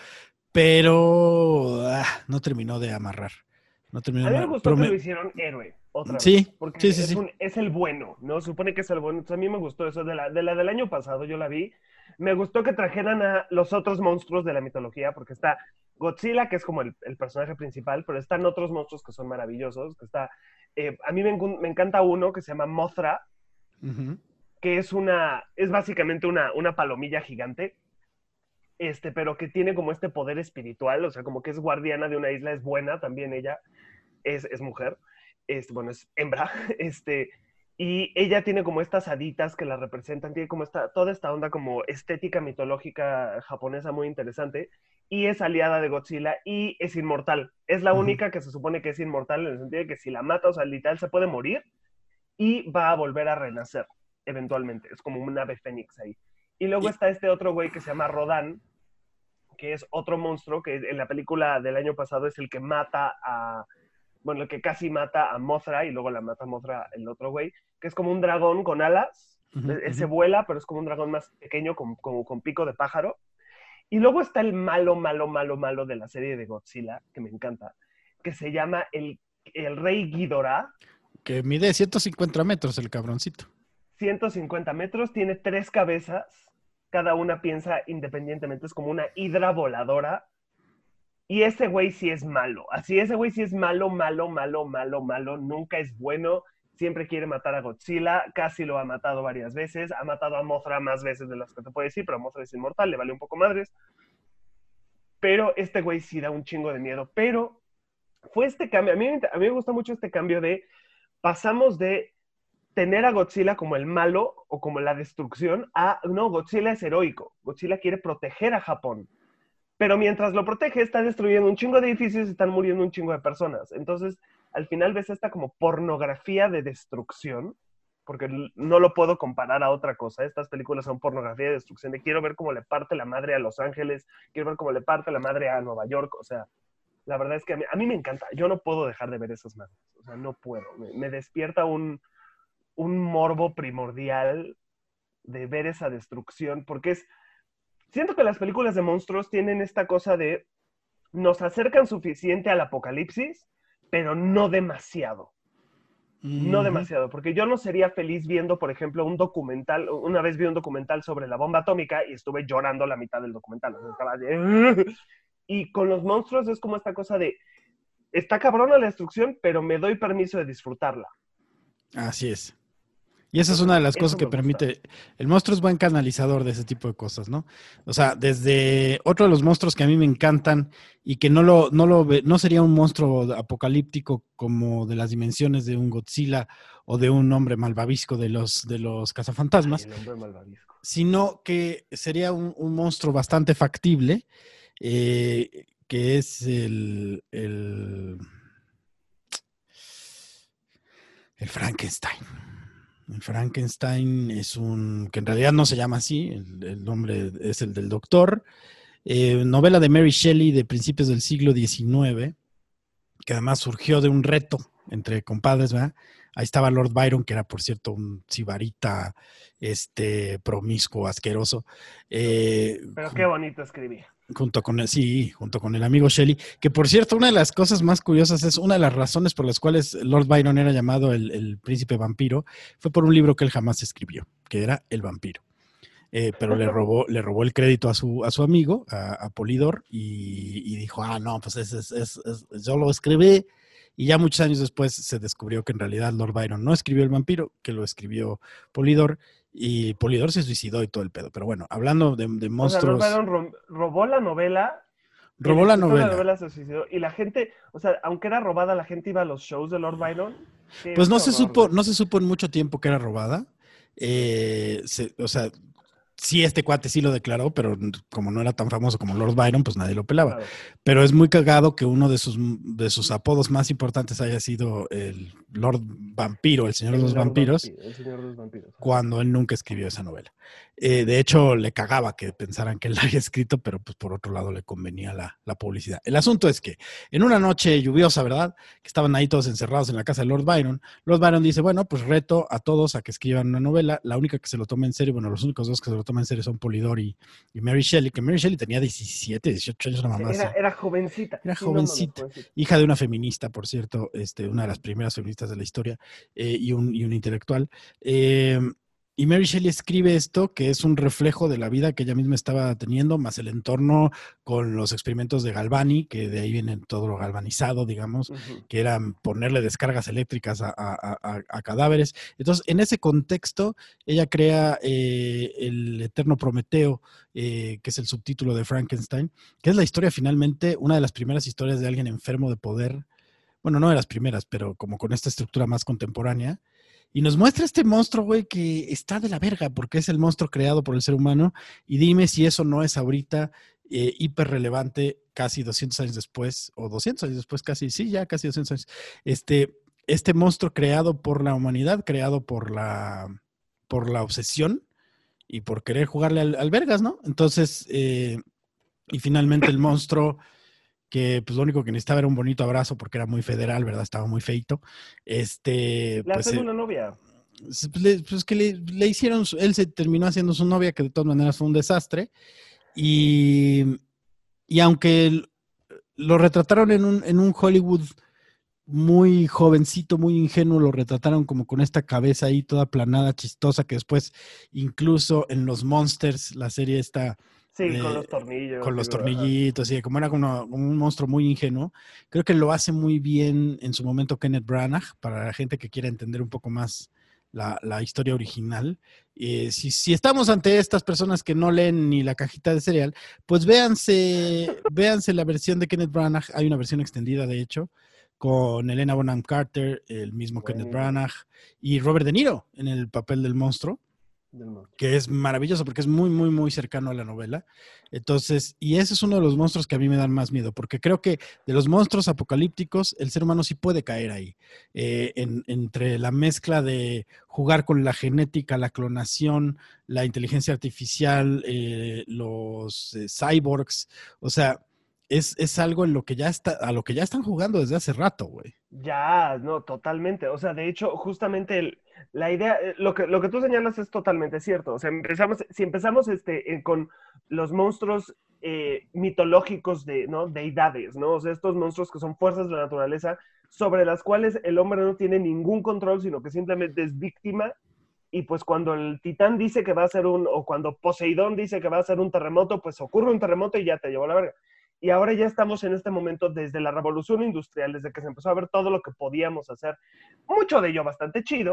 pero ah, no terminó de amarrar. No terminó A de mí me amarrar. gustó que Me... lo hicieron héroe otra Sí, vez, porque sí, sí, es, sí. un, es el bueno, ¿no? Supone que es el bueno. Entonces a mí me gustó eso de la, de la del año pasado, yo la vi. Me gustó que trajeran a los otros monstruos de la mitología, porque está Godzilla, que es como el, el personaje principal, pero están otros monstruos que son maravillosos, que está... Eh, a mí me, me, encanta uno que se llama Mothra, uh-huh. que es una... es básicamente una, una palomilla gigante, este, pero que tiene como este poder espiritual, o sea, como que es guardiana de una isla, es buena también ella, es, es mujer, es, bueno, es hembra, este... Y ella tiene como estas haditas que la representan, tiene como esta, toda esta onda como estética mitológica japonesa muy interesante, y es aliada de Godzilla y es inmortal. Es la uh-huh. única que se supone que es inmortal en el sentido de que si la mata, o sea, literal se puede morir y va a volver a renacer eventualmente. Es como un ave fénix ahí. Y luego está este otro güey que se llama Rodan, que es otro monstruo que en la película del año pasado es el que mata a... bueno, el que casi mata a Mothra y luego la mata a Mothra el otro güey, que es como un dragón con alas, uh-huh, ese uh-huh. vuela, pero es como un dragón más pequeño, con, con, con pico de pájaro. Y luego está el malo, malo, malo, malo de la serie de Godzilla, que me encanta, que se llama el, el Rey Ghidorah. Que mide ciento cincuenta metros el cabroncito. ciento cincuenta metros, tiene tres cabezas, cada una piensa independientemente, es como una hidra voladora. Y ese güey sí es malo. Así, ese güey sí es malo, malo, malo, malo, malo. Nunca es bueno. Siempre quiere matar a Godzilla. Casi lo ha matado varias veces. Ha matado a Mothra más veces de las que te puedo decir, pero Mothra es inmortal, le vale un poco madres. Pero este güey sí da un chingo de miedo. Pero fue este cambio. A mí, a mí me gusta mucho este cambio de... pasamos de tener a Godzilla como el malo o como la destrucción a... no, Godzilla es heroico. Godzilla quiere proteger a Japón. Pero mientras lo protege, está destruyendo un chingo de edificios y están muriendo un chingo de personas. Entonces, al final ves esta como pornografía de destrucción, porque no lo puedo comparar a otra cosa. Estas películas son pornografía de destrucción, de quiero ver cómo le parte la madre a Los Ángeles, quiero ver cómo le parte la madre a Nueva York. O sea, la verdad es que a mí, a mí me encanta. Yo no puedo dejar de ver esas madres. O sea, no puedo. Me, me despierta un, un morbo primordial de ver esa destrucción, porque es... siento que las películas de monstruos tienen esta cosa de nos acercan suficiente al apocalipsis, pero no demasiado. Uh-huh. No demasiado, porque yo no sería feliz viendo, por ejemplo, un documental. Una vez vi un documental sobre la bomba atómica y estuve llorando la mitad del documental. O sea, estaba de... y con los monstruos es como esta cosa de está cabrona la destrucción, pero me doy permiso de disfrutarla. Así es. Y esa es una de las cosas Eso que me gusta. permite. El monstruo es buen canalizador de ese tipo de cosas, ¿no? O sea, desde otro de los monstruos que a mí me encantan y que no lo, no lo ve, no sería un monstruo apocalíptico como de las dimensiones de un Godzilla o de un hombre malvavisco de los, de los Ay, cazafantasmas, el hombre malvavisco. sino que sería un, un monstruo bastante factible, eh, que es el, el, el Frankenstein. El Frankenstein es un, que en realidad no se llama así, el, el nombre es el del doctor. Eh, novela de Mary Shelley de principios del siglo diecinueve, que además surgió de un reto entre compadres, ¿verdad? Ahí estaba Lord Byron, que era, por cierto, un sibarita, este, promiscuo, asqueroso. Eh, Pero qué bonito escribía. junto con el, sí, junto con el amigo Shelley, que por cierto, una de las cosas más curiosas es una de las razones por las cuales Lord Byron era llamado el, el príncipe vampiro, fue por un libro que él jamás escribió, que era El vampiro. Eh, pero le robó, le robó el crédito a su, a su amigo, a, a Polidor, y, y dijo, ah, no, pues es, es, es, es, yo lo escribí, y ya muchos años después se descubrió que en realidad Lord Byron no escribió El vampiro, que lo escribió Polidor, y Polidor se suicidó y todo el pedo. Pero bueno, hablando de, de O sea, Lord monstruos, Byron ro- robó la novela, el robó la escritor de la novela. novela se suicidó, y la gente, o sea, aunque era robada, la gente iba a los shows de Lord Byron. Qué, Pues qué no se horror, supo, güey. no se supo en mucho tiempo que era robada. Eh, se, o sea, sí, este cuate sí lo declaró, pero como no era tan famoso como Lord Byron, pues nadie lo pelaba. Claro. Pero es muy cagado que uno de sus, de sus apodos más importantes haya sido el Lord Vampiro, el señor de El los Lord vampiros, Vampiro, el señor de los vampiros. Ajá. cuando él nunca escribió esa novela. Eh, de hecho, le cagaba que pensaran que él la había escrito, pero pues por otro lado le convenía la, la publicidad. El asunto es que en una noche lluviosa, ¿verdad? Que estaban ahí todos encerrados en la casa de Lord Byron, Lord Byron dice, bueno, pues reto a todos a que escriban una novela. La única que se lo toma en serio, bueno, los únicos dos que se lo toman en serio son Polidor y, y Mary Shelley, que Mary Shelley tenía diecisiete, dieciocho años, una Sí, mamá era, así. era jovencita. Era Sí, no mames, jovencita, jovencita. hija de una feminista, por cierto, este, una de las primeras feministas de la historia, eh, y, un, y un intelectual. Eh, y Mary Shelley escribe esto, que es un reflejo de la vida que ella misma estaba teniendo, más el entorno con los experimentos de Galvani, que de ahí viene todo lo galvanizado, digamos, Ujú. que eran ponerle descargas eléctricas a, a, a, a cadáveres. Entonces, en ese contexto, ella crea eh, el Eterno Prometeo, eh, que es el subtítulo de Frankenstein, que es la historia finalmente, una de las primeras historias de alguien enfermo de poder, bueno, no de las primeras, pero como con esta estructura más contemporánea, y nos muestra este monstruo, güey, que está de la verga, porque es el monstruo creado por el ser humano, y dime si eso no es ahorita eh, hiper relevante casi doscientos años después, o doscientos años después casi, sí, ya casi doscientos años, este, este monstruo creado por la humanidad, creado por la, por la obsesión y por querer jugarle al, al vergas, ¿no? Entonces, eh, y finalmente el monstruo, que pues lo único que necesitaba era un bonito abrazo porque era muy federal, ¿verdad? Estaba muy feito. Este, Le pues, hacen eh, una novia. pues, le- pues que le, le hicieron, su- él se terminó haciendo su novia, que de todas maneras fue un desastre. Y, y aunque el- lo retrataron en un, en un Hollywood muy jovencito, muy ingenuo, lo retrataron como con esta cabeza ahí toda aplanada, chistosa, que después incluso en los Monsters, la serie esta Sí, con eh, los tornillos. con Y los lo- ajá. tornillitos y como era como, como un monstruo muy ingenuo, creo que lo hace muy bien en su momento Kenneth Branagh, para la gente que quiera entender un poco más la, la historia original. Eh, si, si estamos ante estas personas que no leen ni la cajita de cereal, pues véanse, véanse la versión de Kenneth Branagh, hay una versión extendida de hecho, con Helena Bonham Carter, el mismo Kenneth Buenísimo. Branagh, y Robert De Niro en el papel del monstruo, Del monstruo. que es maravilloso porque es muy, muy, muy cercano a la novela. Entonces, y ese es uno de los monstruos que a mí me dan más miedo, porque creo que de los monstruos apocalípticos, el ser humano sí puede caer ahí, eh, en, entre la mezcla de jugar con la genética, la clonación, la inteligencia artificial, eh, los eh, cyborgs, o sea, es, es algo en lo que ya está, a lo que ya están jugando desde hace rato, güey. Ya, no, totalmente. O sea, de hecho, justamente el- la idea, eh, lo que, lo que tú señalas es totalmente cierto. O sea, empezamos, si empezamos este, eh, con los monstruos eh, mitológicos de, ¿no? Deidades, ¿no? O sea, estos monstruos que son fuerzas de la naturaleza sobre las cuales el hombre no tiene ningún control, sino que simplemente es víctima. Y pues cuando el titán dice que va a ser un, o cuando Poseidón dice que va a ser un terremoto, pues ocurre un terremoto y ya te llevó la verga. Y ahora ya estamos en este momento desde la revolución industrial, desde que se empezó a ver todo lo que podíamos hacer, mucho de ello bastante chido,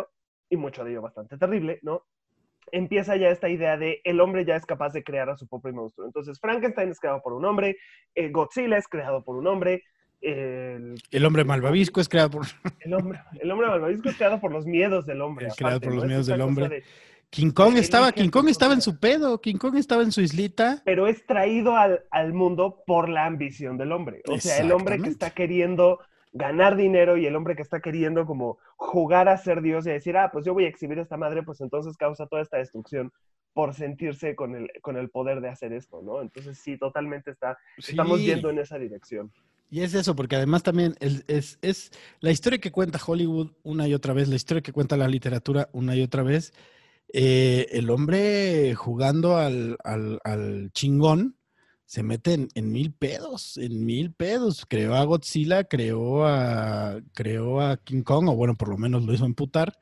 y mucho de ello bastante terrible, ¿no? Empieza ya esta idea de el hombre ya es capaz de crear a su propio monstruo. Entonces, Frankenstein es creado por un hombre, eh, Godzilla es creado por un hombre, el, el hombre malvavisco es creado por... el hombre, el hombre malvavisco es creado por los miedos del hombre. Es creado aparte, por los ¿no? miedos del hombre. De, King Kong de estaba, King Kong estaba en propia... su pedo, King Kong estaba en su islita. Pero es traído al, al mundo por la ambición del hombre. O sea, el hombre que está queriendo ganar dinero y el hombre que está queriendo como jugar a ser Dios y decir, ah, pues yo voy a exhibir a esta madre, pues entonces causa toda esta destrucción por sentirse con el, con el poder de hacer esto, ¿no? Entonces sí, totalmente está, sí. Estamos yendo en esa dirección. Y es eso, porque además también es, es, es la historia que cuenta Hollywood una y otra vez, la historia que cuenta la literatura una y otra vez, eh, el hombre jugando al, al, al chingón se mete en, en mil pedos, en mil pedos. Creó a Godzilla, creó a, creó a King Kong, o bueno, por lo menos lo hizo emputar.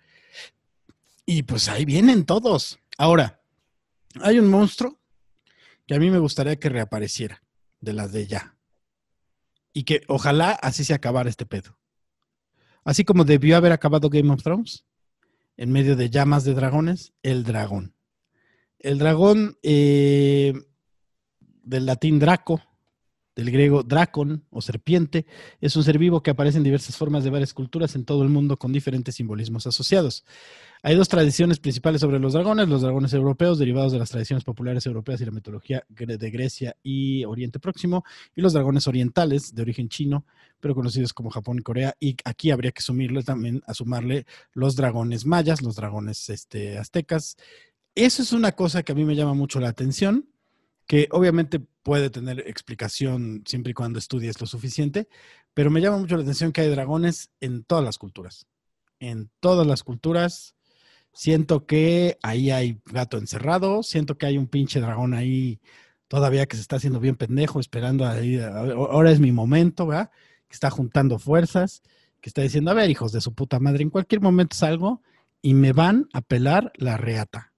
Y pues ahí vienen todos. Ahora, hay un monstruo que a mí me gustaría que reapareciera, de las de ya. Y que ojalá así se acabara este pedo. Así como debió haber acabado Game of Thrones, en medio de llamas de dragones, el dragón. El dragón, eh, del latín draco, del griego dracon o serpiente, es un ser vivo que aparece en diversas formas de varias culturas en todo el mundo con diferentes simbolismos asociados. Hay dos tradiciones principales sobre los dragones, los dragones europeos derivados de las tradiciones populares europeas y la mitología de Grecia y Oriente Próximo, y los dragones orientales de origen chino, pero conocidos como Japón y Corea, y aquí habría que sumirle también, a sumarle los dragones mayas, los dragones este, aztecas. Eso es una cosa que a mí me llama mucho la atención, que obviamente puede tener explicación siempre y cuando estudies lo suficiente, pero me llama mucho la atención que hay dragones en todas las culturas. En todas las culturas siento que ahí hay gato encerrado, siento que hay un pinche dragón ahí todavía que se está haciendo bien pendejo, esperando ahí, ahora es mi momento, ¿verdad? Que está juntando fuerzas, que está diciendo, a ver, hijos de su puta madre, en cualquier momento salgo y me van a pelar la reata.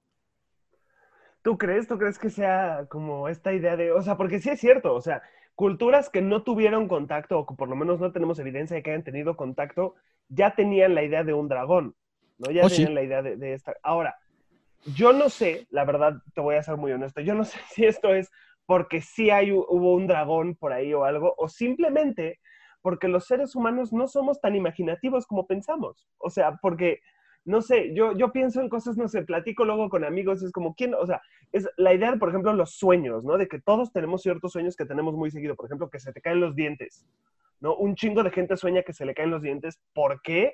¿Tú crees? ¿Tú crees que sea como esta idea de, o sea, porque sí es cierto, o sea, culturas que no tuvieron contacto, o que por lo menos no tenemos evidencia de que hayan tenido contacto, ya tenían la idea de un dragón, ¿no? Ya oh, tenían sí. la idea de, de esta. Ahora, yo no sé, la verdad, te voy a ser muy honesto, yo no sé si esto es porque sí hay, hubo un dragón por ahí o algo, o simplemente porque los seres humanos no somos tan imaginativos como pensamos. O sea, porque... No sé, yo, yo pienso en cosas, no sé, platico luego con amigos, es como, ¿quién? O sea, es la idea de, por ejemplo, los sueños, ¿no? De que todos tenemos ciertos sueños que tenemos muy seguido. Por ejemplo, que se te caen los dientes, ¿no? Un chingo de gente sueña que se le caen los dientes. ¿Por qué?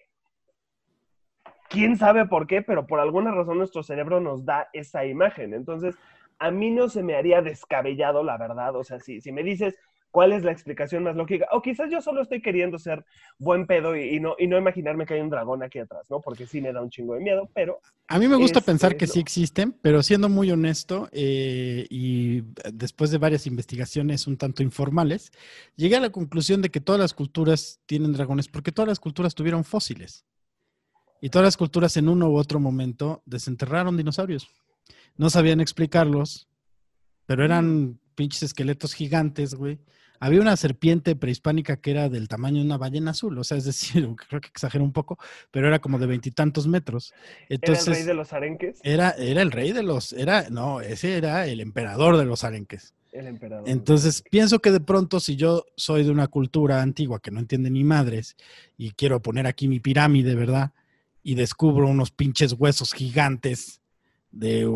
¿Quién sabe por qué? Pero por alguna razón nuestro cerebro nos da esa imagen. Entonces, a mí no se me haría descabellado, la verdad. O sea, si, si me dices... ¿Cuál es la explicación más lógica? O quizás yo solo estoy queriendo ser buen pedo y, y, no, y no imaginarme que hay un dragón aquí atrás, ¿no? Porque sí me da un chingo de miedo, pero... A mí me gusta este, pensar que no. sí existen, pero siendo muy honesto eh, y después de varias investigaciones un tanto informales, llegué a la conclusión de que todas las culturas tienen dragones porque todas las culturas tuvieron fósiles. Y todas las culturas en uno u otro momento desenterraron dinosaurios. No sabían explicarlos, pero eran pinches esqueletos gigantes, güey. Había una serpiente prehispánica que era del tamaño de una ballena azul, o sea, es decir, creo que exagero un poco, pero era como de veintitantos metros. Entonces, ¿Era el rey de los arenques? Era, era el rey de los, era, no, ese era el emperador de los arenques. El emperador. Entonces, pienso que de pronto, si yo soy de una cultura antigua que no entiende ni madres y quiero poner aquí mi pirámide, ¿verdad? Y descubro unos pinches huesos gigantes de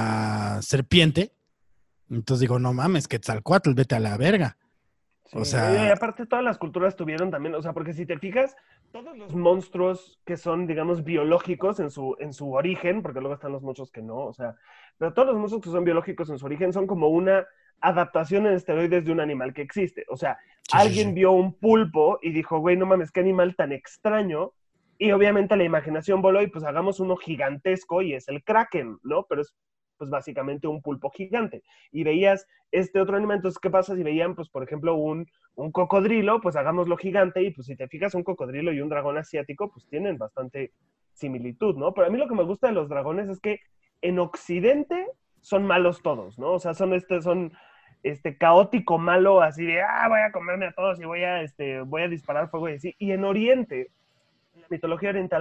una serpiente, entonces digo, no mames, Quetzalcóatl, vete a la verga. Sí, o sea... y aparte todas las culturas tuvieron también, o sea, porque si te fijas, todos los monstruos que son, digamos, biológicos en su, en su origen, porque luego están los monstruos que no, o sea, pero todos los monstruos que son biológicos en su origen son como una adaptación en esteroides de un animal que existe. O sea, Sí, alguien sí, sí. vio un pulpo y dijo, güey, no mames, qué animal tan extraño. Y obviamente la imaginación voló y pues hagamos uno gigantesco y es el kraken, ¿no? Pero es pues básicamente un pulpo gigante. Y veías este otro animal, entonces, ¿qué pasa si veían, pues, por ejemplo, un, un cocodrilo? Pues hagámoslo gigante y pues si te fijas, un cocodrilo y un dragón asiático, pues tienen bastante similitud, ¿no? Pero a mí lo que me gusta de los dragones es que en Occidente son malos todos, ¿no? O sea, son este, son este caótico malo, así de, ah, voy a comerme a todos y voy a, este, voy a disparar fuego y así. Y en Oriente, en la mitología oriental,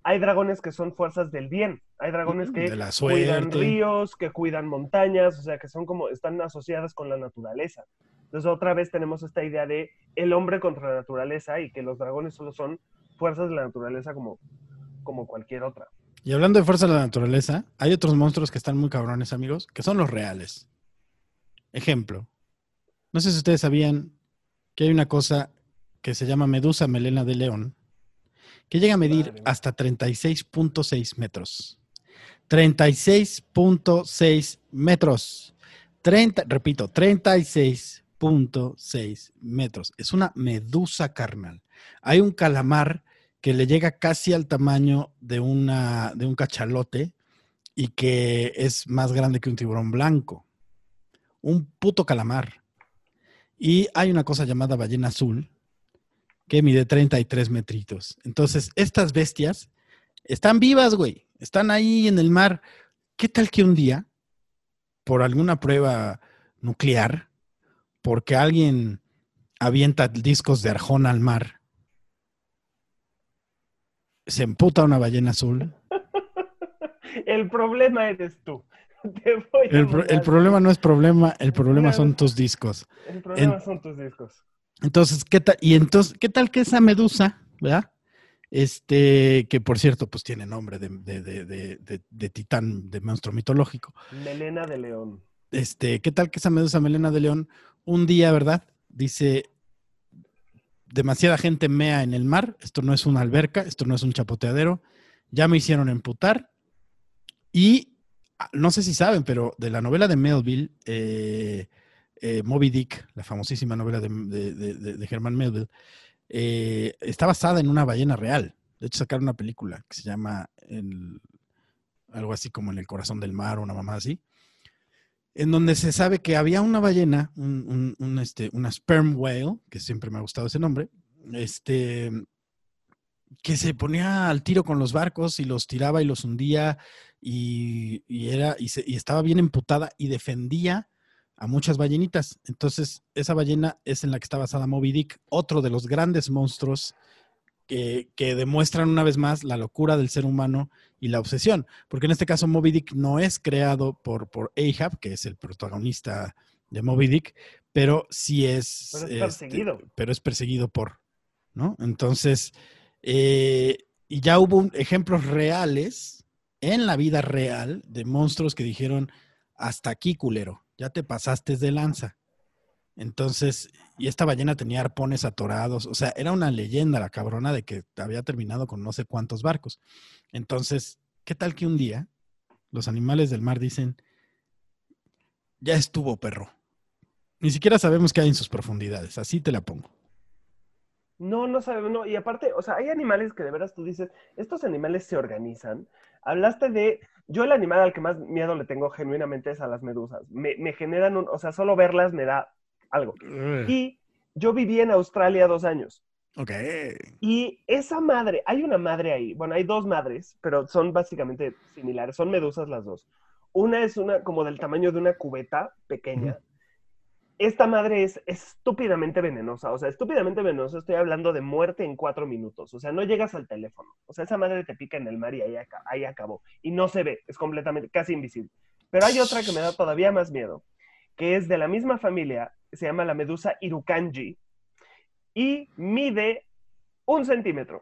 Hay dragones que son fuerzas del bien, hay dragones que De la cuidan suerte. ríos, que cuidan montañas, o sea, que son como, están asociadas con la naturaleza. Entonces otra vez tenemos esta idea de el hombre contra la naturaleza y que los dragones solo son fuerzas de la naturaleza como, como cualquier otra. Y hablando de fuerza de la naturaleza, hay otros monstruos que están muy cabrones, amigos, que son los reales. Ejemplo, no sé si ustedes sabían que hay una cosa que se llama medusa melena de león, que llega a medir Madre mía. hasta treinta y seis punto seis metros. treinta y seis punto seis metros. treinta, repito, treinta y seis punto seis metros. Es una medusa carnal. Hay un calamar que le llega casi al tamaño de, una, de un cachalote y que es más grande que un tiburón blanco. Un puto calamar. Y hay una cosa llamada ballena azul que mide treinta y tres metritos. Entonces, estas bestias están vivas, güey. Están ahí en el mar. ¿Qué tal que un día, por alguna prueba nuclear, porque alguien avienta discos de arjona al mar, se emputa una ballena azul? El problema eres tú. Te voy a El, pro- el mandar problema así. no es problema, el problema son tus discos. El problema En- son tus discos. entonces, ¿qué tal? Y entonces, ¿qué tal que esa medusa, ¿verdad? Este, que por cierto, pues tiene nombre de, de, de, de, de, de titán, de monstruo mitológico. Melena de león. Este, ¿qué tal que esa medusa melena de león un día, ¿verdad? Dice, demasiada gente mea en el mar, esto no es una alberca, esto no es un chapoteadero, ya me hicieron emputar. Y ah, no sé si saben, pero de la novela de Melville, eh, eh, Moby Dick, la famosísima novela de, de, de, de Herman Melville, eh, está basada en una ballena real. De hecho, sacaron una película que se llama el, algo así como En el corazón del mar, una mamá así, en donde se sabe que había una ballena, un, un, un, este, una sperm whale, que siempre me ha gustado ese nombre, este, que se ponía al tiro con los barcos y los tiraba y los hundía y, y era, y, se, y estaba bien emputada y defendía a muchas ballenitas. Entonces, esa ballena es en la que está basada Moby Dick, otro de los grandes monstruos que, que demuestran una vez más la locura del ser humano y la obsesión. Porque en este caso Moby Dick no es creado por, por Ahab, que es el protagonista de Moby Dick, pero sí es, Pero es este, perseguido. pero es perseguido por, ¿no? Entonces, eh, y ya hubo un, ejemplos reales en la vida real de monstruos que dijeron, hasta aquí, culero, ya te pasaste de lanza. Entonces, y esta ballena tenía arpones atorados, o sea, era una leyenda la cabrona de que había terminado con no sé cuántos barcos. Entonces, ¿qué tal que un día los animales del mar dicen, ya estuvo, perro? Ni siquiera sabemos qué hay en sus profundidades, así te la pongo. No, no sabemos, no. Y aparte, o sea, hay animales que de veras tú dices, estos animales se organizan. Hablaste de, yo el animal al que más miedo le tengo genuinamente es a las medusas. Me, me generan un, o sea, solo verlas me da algo. Y yo viví en Australia dos años. Ok. Y esa madre, hay una madre ahí, bueno, hay dos madres, pero son básicamente similares, son medusas las dos. Una es una como del tamaño de una cubeta pequeña. Ujú. Esta madre es estúpidamente venenosa, o sea, estúpidamente venenosa, estoy hablando de muerte en cuatro minutos, o sea, no llegas al teléfono, o sea, esa madre te pica en el mar y ahí, acá, ahí acabó, y no se ve, es completamente, casi invisible. Pero hay otra que me da todavía más miedo, que es de la misma familia, se llama la medusa Irukandji, y mide un centímetro,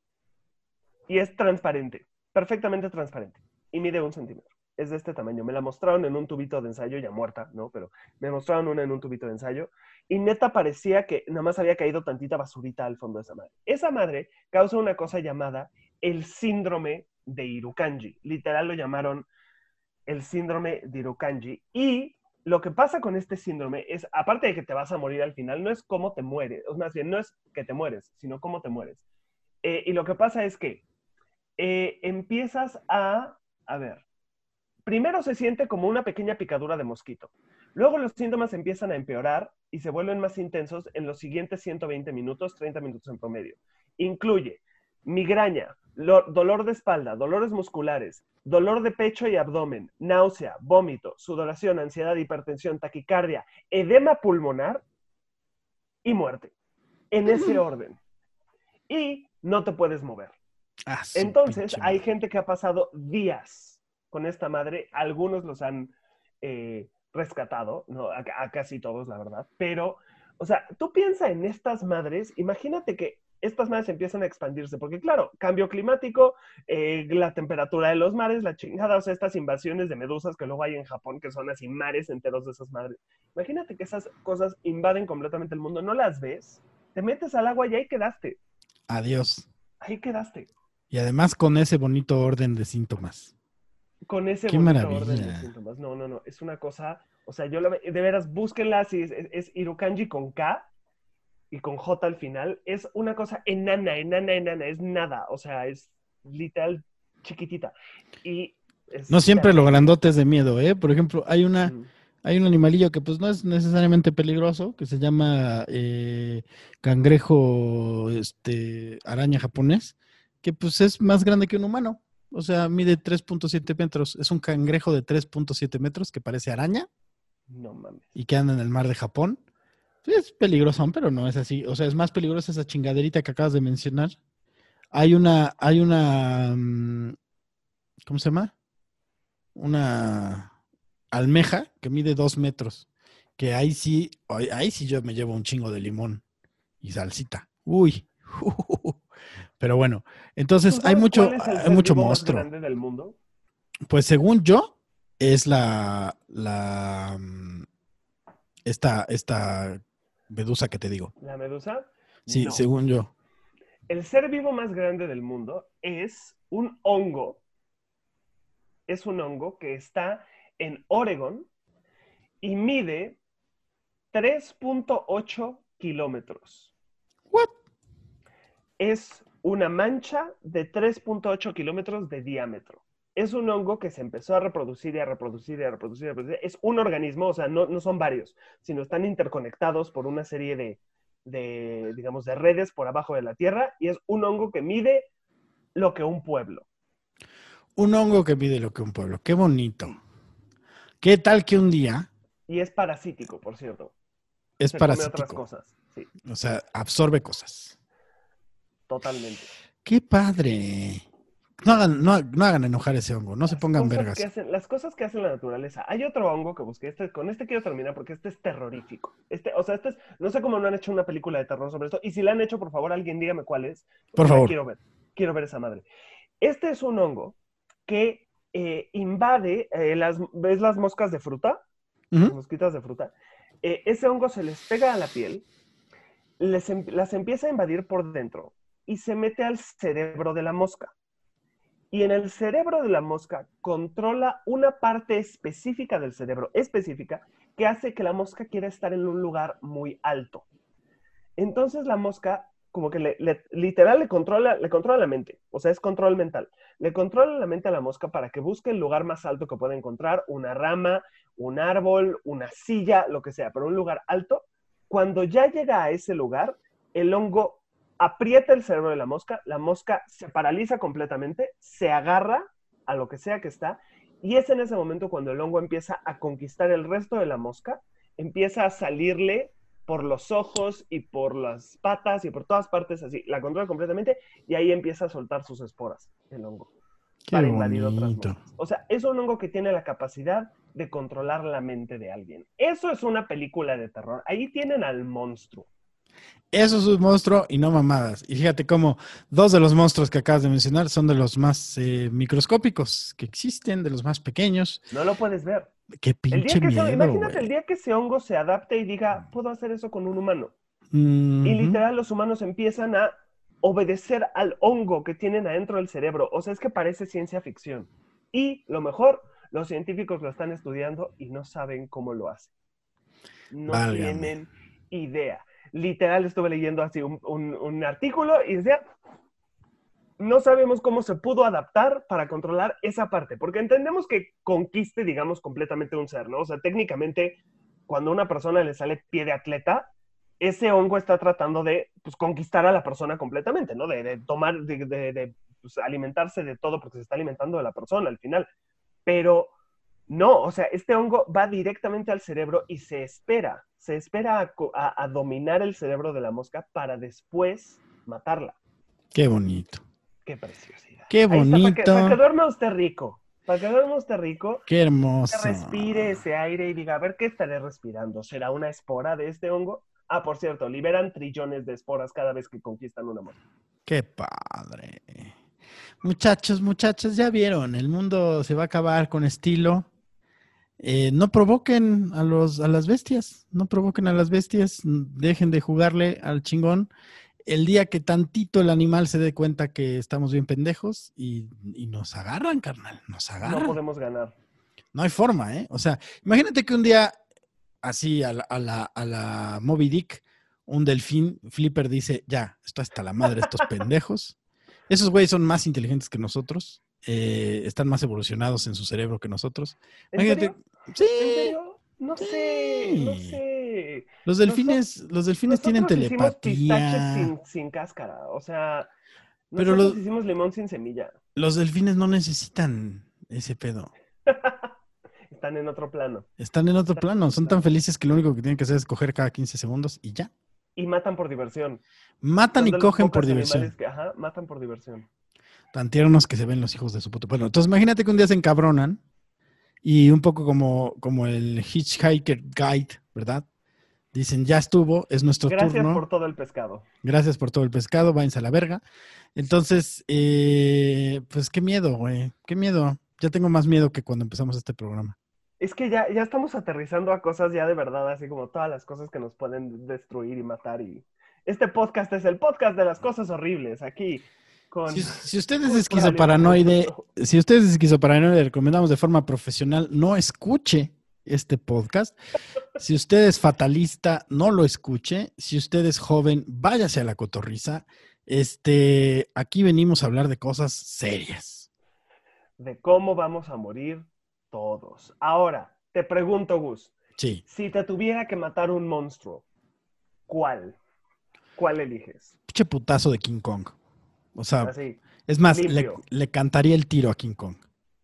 y es transparente, perfectamente transparente, y mide un centímetro. Es de este tamaño. Me la mostraron en un tubito de ensayo, ya muerta, ¿no? Pero me mostraron una en un tubito de ensayo y neta parecía que nada más había caído tantita basurita al fondo de esa madre. Esa madre causa una cosa llamada el síndrome de Irukandji. Literal lo llamaron el síndrome de Irukandji. Y lo que pasa con este síndrome es, aparte de que te vas a morir al final, no es cómo te mueres, o más bien no es que te mueres, sino cómo te mueres. Eh, y lo que pasa es que eh, empiezas a, a ver, primero se siente como una pequeña picadura de mosquito. Luego los síntomas empiezan a empeorar y se vuelven más intensos en los siguientes ciento veinte minutos, treinta minutos en promedio. Incluye migraña, dolor de espalda, dolores musculares, dolor de pecho y abdomen, náusea, vómito, sudoración, ansiedad, hipertensión, taquicardia, edema pulmonar y muerte. En ese orden. Y no te puedes mover. Ah, su Entonces, pinche hay madre. gente que ha pasado días con esta madre. Algunos los han eh, rescatado, ¿no? A, a casi todos, la verdad. Pero, o sea, tú piensa en estas madres. Imagínate que estas madres empiezan a expandirse. Porque, claro, cambio climático, eh, la temperatura de los mares, la chingada. O sea, estas invasiones de medusas que luego hay en Japón, que son así mares enteros de esas madres. Imagínate que esas cosas invaden completamente el mundo. No las ves, te metes al agua y ahí quedaste. Adiós. Ahí quedaste. Y además con ese bonito orden de síntomas. Con ese Qué bonito orden de maravilla. síntomas. No, no, no. Es una cosa. O sea, yo la, de veras, búsquenla. Si es, es, es Irukanji con K y con J al final. Es una cosa enana, enana, enana. Es nada. O sea, es literal chiquitita. Y No es siempre lo terrible. grandote es de miedo, ¿eh? Por ejemplo, hay una, Mm. hay un animalillo que pues no es necesariamente peligroso, que se llama eh, cangrejo, este, araña japonés, que pues es más grande que un humano. O sea, mide tres punto siete metros. Es un cangrejo de tres punto siete metros que parece araña No mames. y que anda en el mar de Japón. Sí, es peligroso, pero no es así. O sea, es más peligrosa esa chingaderita que acabas de mencionar. Hay una, hay una, mm, ¿cómo se llama? Una almeja que mide dos metros. Que ahí sí, ahí ahí sí yo me llevo un chingo de limón y salsita. Uy. Pero bueno, entonces ¿Tú hay sabes cuál mucho, es el hay ser mucho vivo más monstruo. grande del mundo? Pues según yo, es la, la, mm, esta, esta medusa que te digo. ¿La medusa? Sí, No. según yo. El ser vivo más grande del mundo es un hongo. Es un hongo que está en Oregon y mide tres punto ocho kilómetros. What? Es una mancha de tres punto ocho kilómetros de diámetro. Es un hongo que se empezó a reproducir y a reproducir y a reproducir. Y a reproducir. Es un organismo, o sea, no, no son varios, sino están interconectados por una serie de, de, digamos, de redes por abajo de la Tierra y es un hongo que mide lo que un pueblo. Un hongo que mide lo que un pueblo. Qué bonito. Sí. ¿Qué tal que un día Y es parasítico, por cierto. es Se come otras parasítico? cosas. Sí, O sea, absorbe cosas. totalmente. Qué padre. No hagan, no, no hagan enojar ese hongo, no se Las pongan cosas que vergas. hacen, las cosas que hace la naturaleza. Hay otro hongo que busqué. Este, con este quiero terminar porque este es terrorífico. Este, o sea, este es, no sé cómo no han hecho una película de terror sobre esto. Y si la han hecho, por favor, alguien dígame cuál es, Por porque la favor. quiero ver. Quiero ver esa madre. Este es un hongo que eh, invade, eh, las, ¿ves las moscas de fruta? Las Ujú. mosquitas de fruta. Eh, ese hongo se les pega a la piel, les, em, las empieza a invadir por dentro y se mete al cerebro de la mosca. Y en el cerebro de la mosca controla una parte específica del cerebro, específica, que hace que la mosca quiera estar en un lugar muy alto. Entonces la mosca, como que le, le, literal le controla, le controla la mente, o sea, es control mental. Le controla la mente a la mosca para que busque el lugar más alto que pueda encontrar, una rama, un árbol, una silla, lo que sea, pero un lugar alto. Cuando ya llega a ese lugar, el hongo aprieta el cerebro de la mosca, la mosca se paraliza completamente, se agarra a lo que sea que está, y es en ese momento cuando el hongo empieza a conquistar el resto de la mosca, empieza a salirle por los ojos y por las patas y por todas partes así, la controla completamente y ahí empieza a soltar sus esporas, el hongo, Qué para invadir otras bonito. moscas. O sea, es un hongo que tiene la capacidad de controlar la mente de alguien. Eso es una película de terror. Ahí tienen al monstruo. Eso es un monstruo y no mamadas. Y fíjate cómo dos de los monstruos que acabas de mencionar son de los más eh, microscópicos que existen, de los más pequeños. No lo puedes ver. Qué El día pinche que ese, miedo, imagínate el güey. día que ese hongo se adapte y diga, puedo hacer eso con un humano. Y Ujú. literal los humanos empiezan a obedecer al hongo que tienen adentro del cerebro. O sea, es que parece ciencia ficción. Y lo mejor, los científicos lo están estudiando y no saben cómo lo hacen. No Válgame. tienen idea. Literal estuve leyendo así un, un, un artículo y decía, no sabemos cómo se pudo adaptar para controlar esa parte, porque entendemos que conquiste, digamos, completamente un ser, ¿no? O sea, técnicamente, cuando a una persona le sale pie de atleta, ese hongo está tratando de pues, conquistar a la persona completamente, ¿no? De, de tomar, de, de, de pues, alimentarse de todo, porque se está alimentando de la persona al final. Pero no, o sea, este hongo va directamente al cerebro y se espera, se espera a, a, a dominar el cerebro de la mosca para después matarla. Qué bonito. Qué preciosidad. Qué Ahí está, para que, para que bonito. duerma usted rico. Para que duerma usted rico, Qué que hermoso. respire ese aire y diga, a ver, ¿qué estaré respirando? ¿Será una espora de este hongo? Ah, por cierto, liberan trillones de esporas cada vez que conquistan una mosca. Qué padre. Muchachos, muchachas, ya vieron, el mundo se va a acabar con estilo. Eh, no provoquen a los a las bestias, no provoquen a las bestias, dejen de jugarle al chingón. El día que tantito el animal se dé cuenta que estamos bien pendejos y, y nos agarran, carnal, nos No agarran. podemos ganar. No hay forma, ¿eh? O sea, imagínate que un día, así a la, a la, a la Moby Dick, un delfín flipper dice, ya, esto hasta la madre, estos pendejos. Esos güeyes son más inteligentes que nosotros, eh, están más evolucionados en su cerebro que nosotros. ¿En Imagínate, serio? sí, ¿En serio? No sé, no sí. sé. Los Noso- delfines, los delfines tienen nosotros hicimos pistaches telepatía, sin, sin cáscara. O sea, pero nosotros los, hicimos limón sin semilla. los delfines no necesitan ese pedo. Están en otro plano. Están en otro Están en plano, otro son tan plano. felices que lo único que tienen que hacer es coger cada quince segundos y ya. Y matan por diversión. Matan Son y de los cogen por pocos diversión. animales que, ajá, matan por diversión. Tan tiernos que se ven los hijos de su puto. Bueno, entonces imagínate que un día se encabronan y un poco como, como el Hitchhiker Guide, ¿verdad? Dicen, ya estuvo, es nuestro Gracias turno. por todo el pescado. Gracias por todo el pescado, váyanse a la verga. Entonces, eh, pues qué miedo, güey, qué miedo. Ya tengo más miedo que cuando empezamos este programa. Es que ya, ya estamos aterrizando a cosas ya de verdad, así como todas las cosas que nos pueden destruir y matar. Y este podcast es el podcast de las cosas horribles, aquí con Si, si usted es Gus Fran y esquizoparanoide, Raimundo. si usted es esquizoparanoide, le recomendamos de forma profesional, no escuche este podcast. Si usted es fatalista, no lo escuche. Si usted es joven, váyase a la cotorriza. Este, aquí venimos a hablar de cosas serias. De cómo vamos a morir todos. Ahora, te pregunto, Gus, Sí, si te tuviera que matar un monstruo, ¿cuál? ¿Cuál eliges? pinche putazo de King Kong. O sea, Así, es más, le, limpio. le cantaría el tiro a King Kong.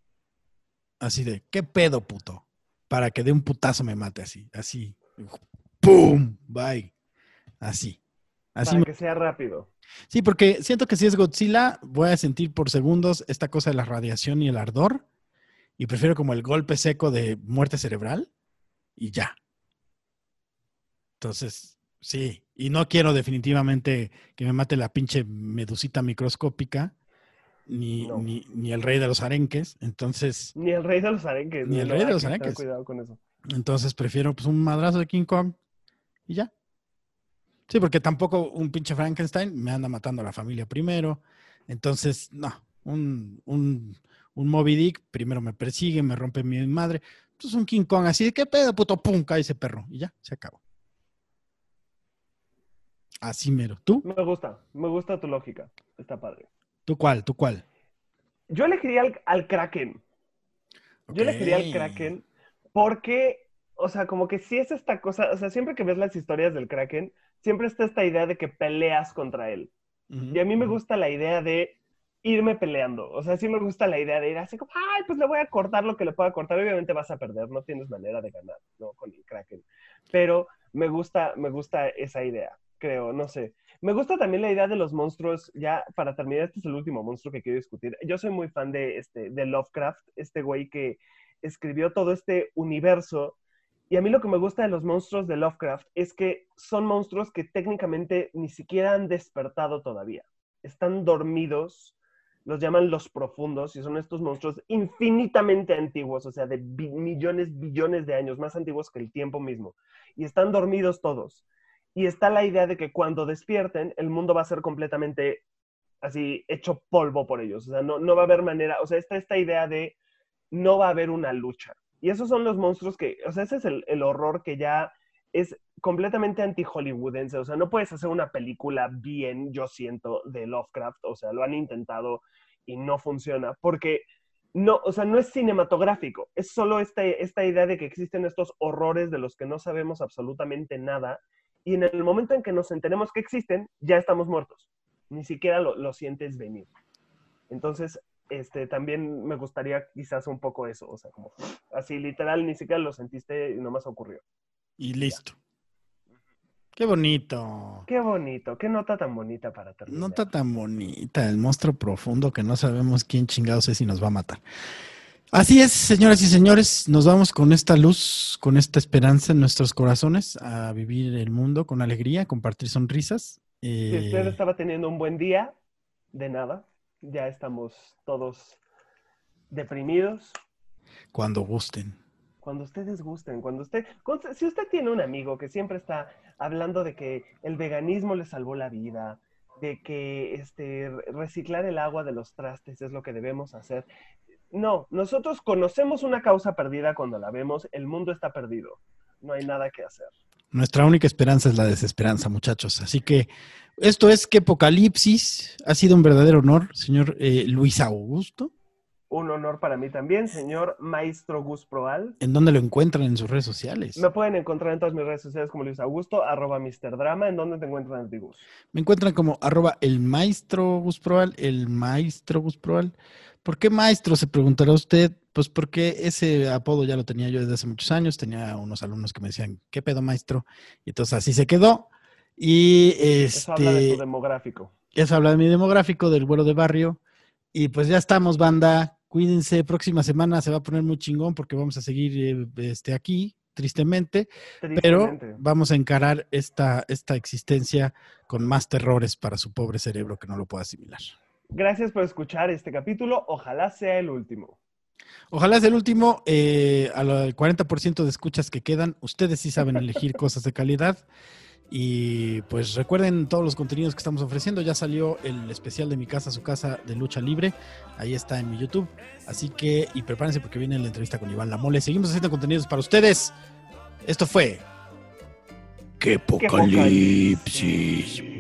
Así de, ¿qué pedo, puto? Para que de un putazo me mate así, así. ¡Pum! Bye. Así. Así Para me- que sea rápido. Sí, porque siento que si es Godzilla, voy a sentir por segundos esta cosa de la radiación y el ardor. Y prefiero como el golpe seco de muerte cerebral y ya. Entonces, sí. Y no quiero definitivamente que me mate la pinche medusita microscópica, ni, No. ni, ni el rey de los arenques. Entonces, Ni el rey de los arenques. ni el no, rey de hay los que tener arenques. cuidado con eso. Entonces prefiero pues un madrazo de King Kong y ya. Sí, porque tampoco un pinche Frankenstein me anda matando a la familia primero. Entonces, no, un, un, un Moby Dick primero me persigue, me rompe mi madre. Entonces un King Kong así de qué pedo, puto, pum, cae ese perro. Y ya, se acabó. Así mero. ¿Tú? Me gusta, me gusta tu lógica. Está padre. ¿Tú cuál? ¿Tú cuál? Yo elegiría al, al Kraken. Yo Ok. elegiría al Kraken porque, o sea, como que sí es esta cosa, o sea, siempre que ves las historias del Kraken, siempre está esta idea de que peleas contra él. Ujú, Y a mí me ujú. gusta la idea de irme peleando. O sea, sí me gusta la idea de ir así como, ay, pues le voy a cortar lo que le pueda cortar. Obviamente vas a perder, no tienes manera de ganar, ¿no? Con el Kraken. Pero me gusta, me gusta esa idea, creo, no sé. Me gusta también la idea de los monstruos, ya para terminar, este es el último monstruo que quiero discutir. Yo soy muy fan de, este, de Lovecraft, este güey que escribió todo este universo. Y a mí lo que me gusta de los monstruos de Lovecraft es que son monstruos que técnicamente ni siquiera han despertado todavía. Están dormidos, los llaman los profundos, y son estos monstruos infinitamente antiguos, o sea, de bi millones, billones de años, más antiguos que el tiempo mismo. Y están dormidos todos. Y está la idea de que cuando despierten, el mundo va a ser completamente así, hecho polvo por ellos. O sea, no, no va a haber manera, o sea, está esta idea de no va a haber una lucha. Y esos son los monstruos que, o sea, ese es el, el horror que ya es completamente anti-hollywoodense. O sea, no puedes hacer una película bien, yo siento, de Lovecraft. O sea, lo han intentado y no funciona. Porque no, o sea, no es cinematográfico. Es solo este, esta idea de que existen estos horrores de los que no sabemos absolutamente nada. Y en el momento en que nos enteremos que existen, ya estamos muertos. Ni siquiera lo, lo sientes venir. Entonces, este, también me gustaría quizás un poco eso, o sea, como así literal, ni siquiera lo sentiste y nomás ocurrió. Y listo. Qué bonito. Qué bonito, qué nota tan bonita para terminar. Nota tan bonita, el monstruo profundo que no sabemos quién chingados es y nos va a matar. Así es, señoras y señores, nos vamos con esta luz, con esta esperanza en nuestros corazones a vivir el mundo con alegría, compartir sonrisas. Si usted Eh, estaba teniendo un buen día, de nada, ya estamos todos deprimidos. cuando gusten. Cuando ustedes gusten, cuando usted, cuando- si usted tiene un amigo que siempre está hablando de que el veganismo le salvó la vida, de que este, reciclar el agua de los trastes es lo que debemos hacer. No, nosotros conocemos una causa perdida cuando la vemos, el mundo está perdido, no hay nada que hacer. Nuestra única esperanza es la desesperanza, muchachos. Así que esto es que Apocalipsis. Ha sido un verdadero honor, señor eh, Luis Augusto. Un honor para mí también, señor Maestro Gus Proal. ¿En dónde lo encuentran en sus redes sociales? Me pueden encontrar en todas mis redes sociales como Luis Augusto, arroba mister Drama. ¿En dónde te encuentran a ti, Gus? Me encuentran como arroba el maestro Gus Proal, el maestro Gus Proal. ¿Por qué maestro? Se preguntará usted. Pues porque ese apodo ya lo tenía yo desde hace muchos años. Tenía unos alumnos que me decían, ¿qué pedo, maestro? Y entonces así se quedó. Y este, Eso habla de tu demográfico. Eso habla de mi demográfico, del güero de barrio. Y pues ya estamos, banda. Cuídense, próxima semana se va a poner muy chingón porque vamos a seguir eh, este, aquí, tristemente, Tristemente. pero vamos a encarar esta, esta existencia con más terrores para su pobre cerebro que no lo pueda asimilar. Gracias por escuchar este capítulo. Ojalá sea el último. Ojalá sea el último. Eh, al cuarenta por ciento de escuchas que quedan, ustedes sí saben elegir cosas de calidad. Y pues recuerden todos los contenidos que estamos ofreciendo. Ya salió el especial de Mi Casa, Su Casa de Lucha Libre. Ahí está en mi YouTube. Así que, y prepárense porque viene la entrevista con Iván Lamole. Seguimos haciendo contenidos para ustedes. Esto fue... ¡Qué Apocalipsis!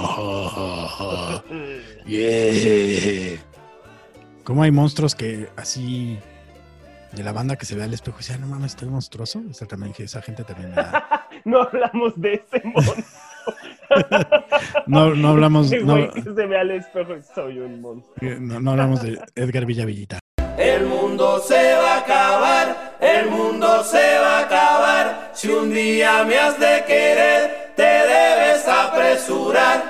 Yeah. ¿Cómo hay monstruos que así... de la banda que se ve al espejo y dice, ah, no mames, estoy monstruoso? Esa, también, esa gente también me da... No hablamos de ese monstruo. No, no hablamos... Ese No, güey que se ve al espejo y soy un monstruo. no, no hablamos de Edgar Villavillita. El mundo se va a acabar, el mundo se va a acabar. Si un día me has de querer, te debes apresurar.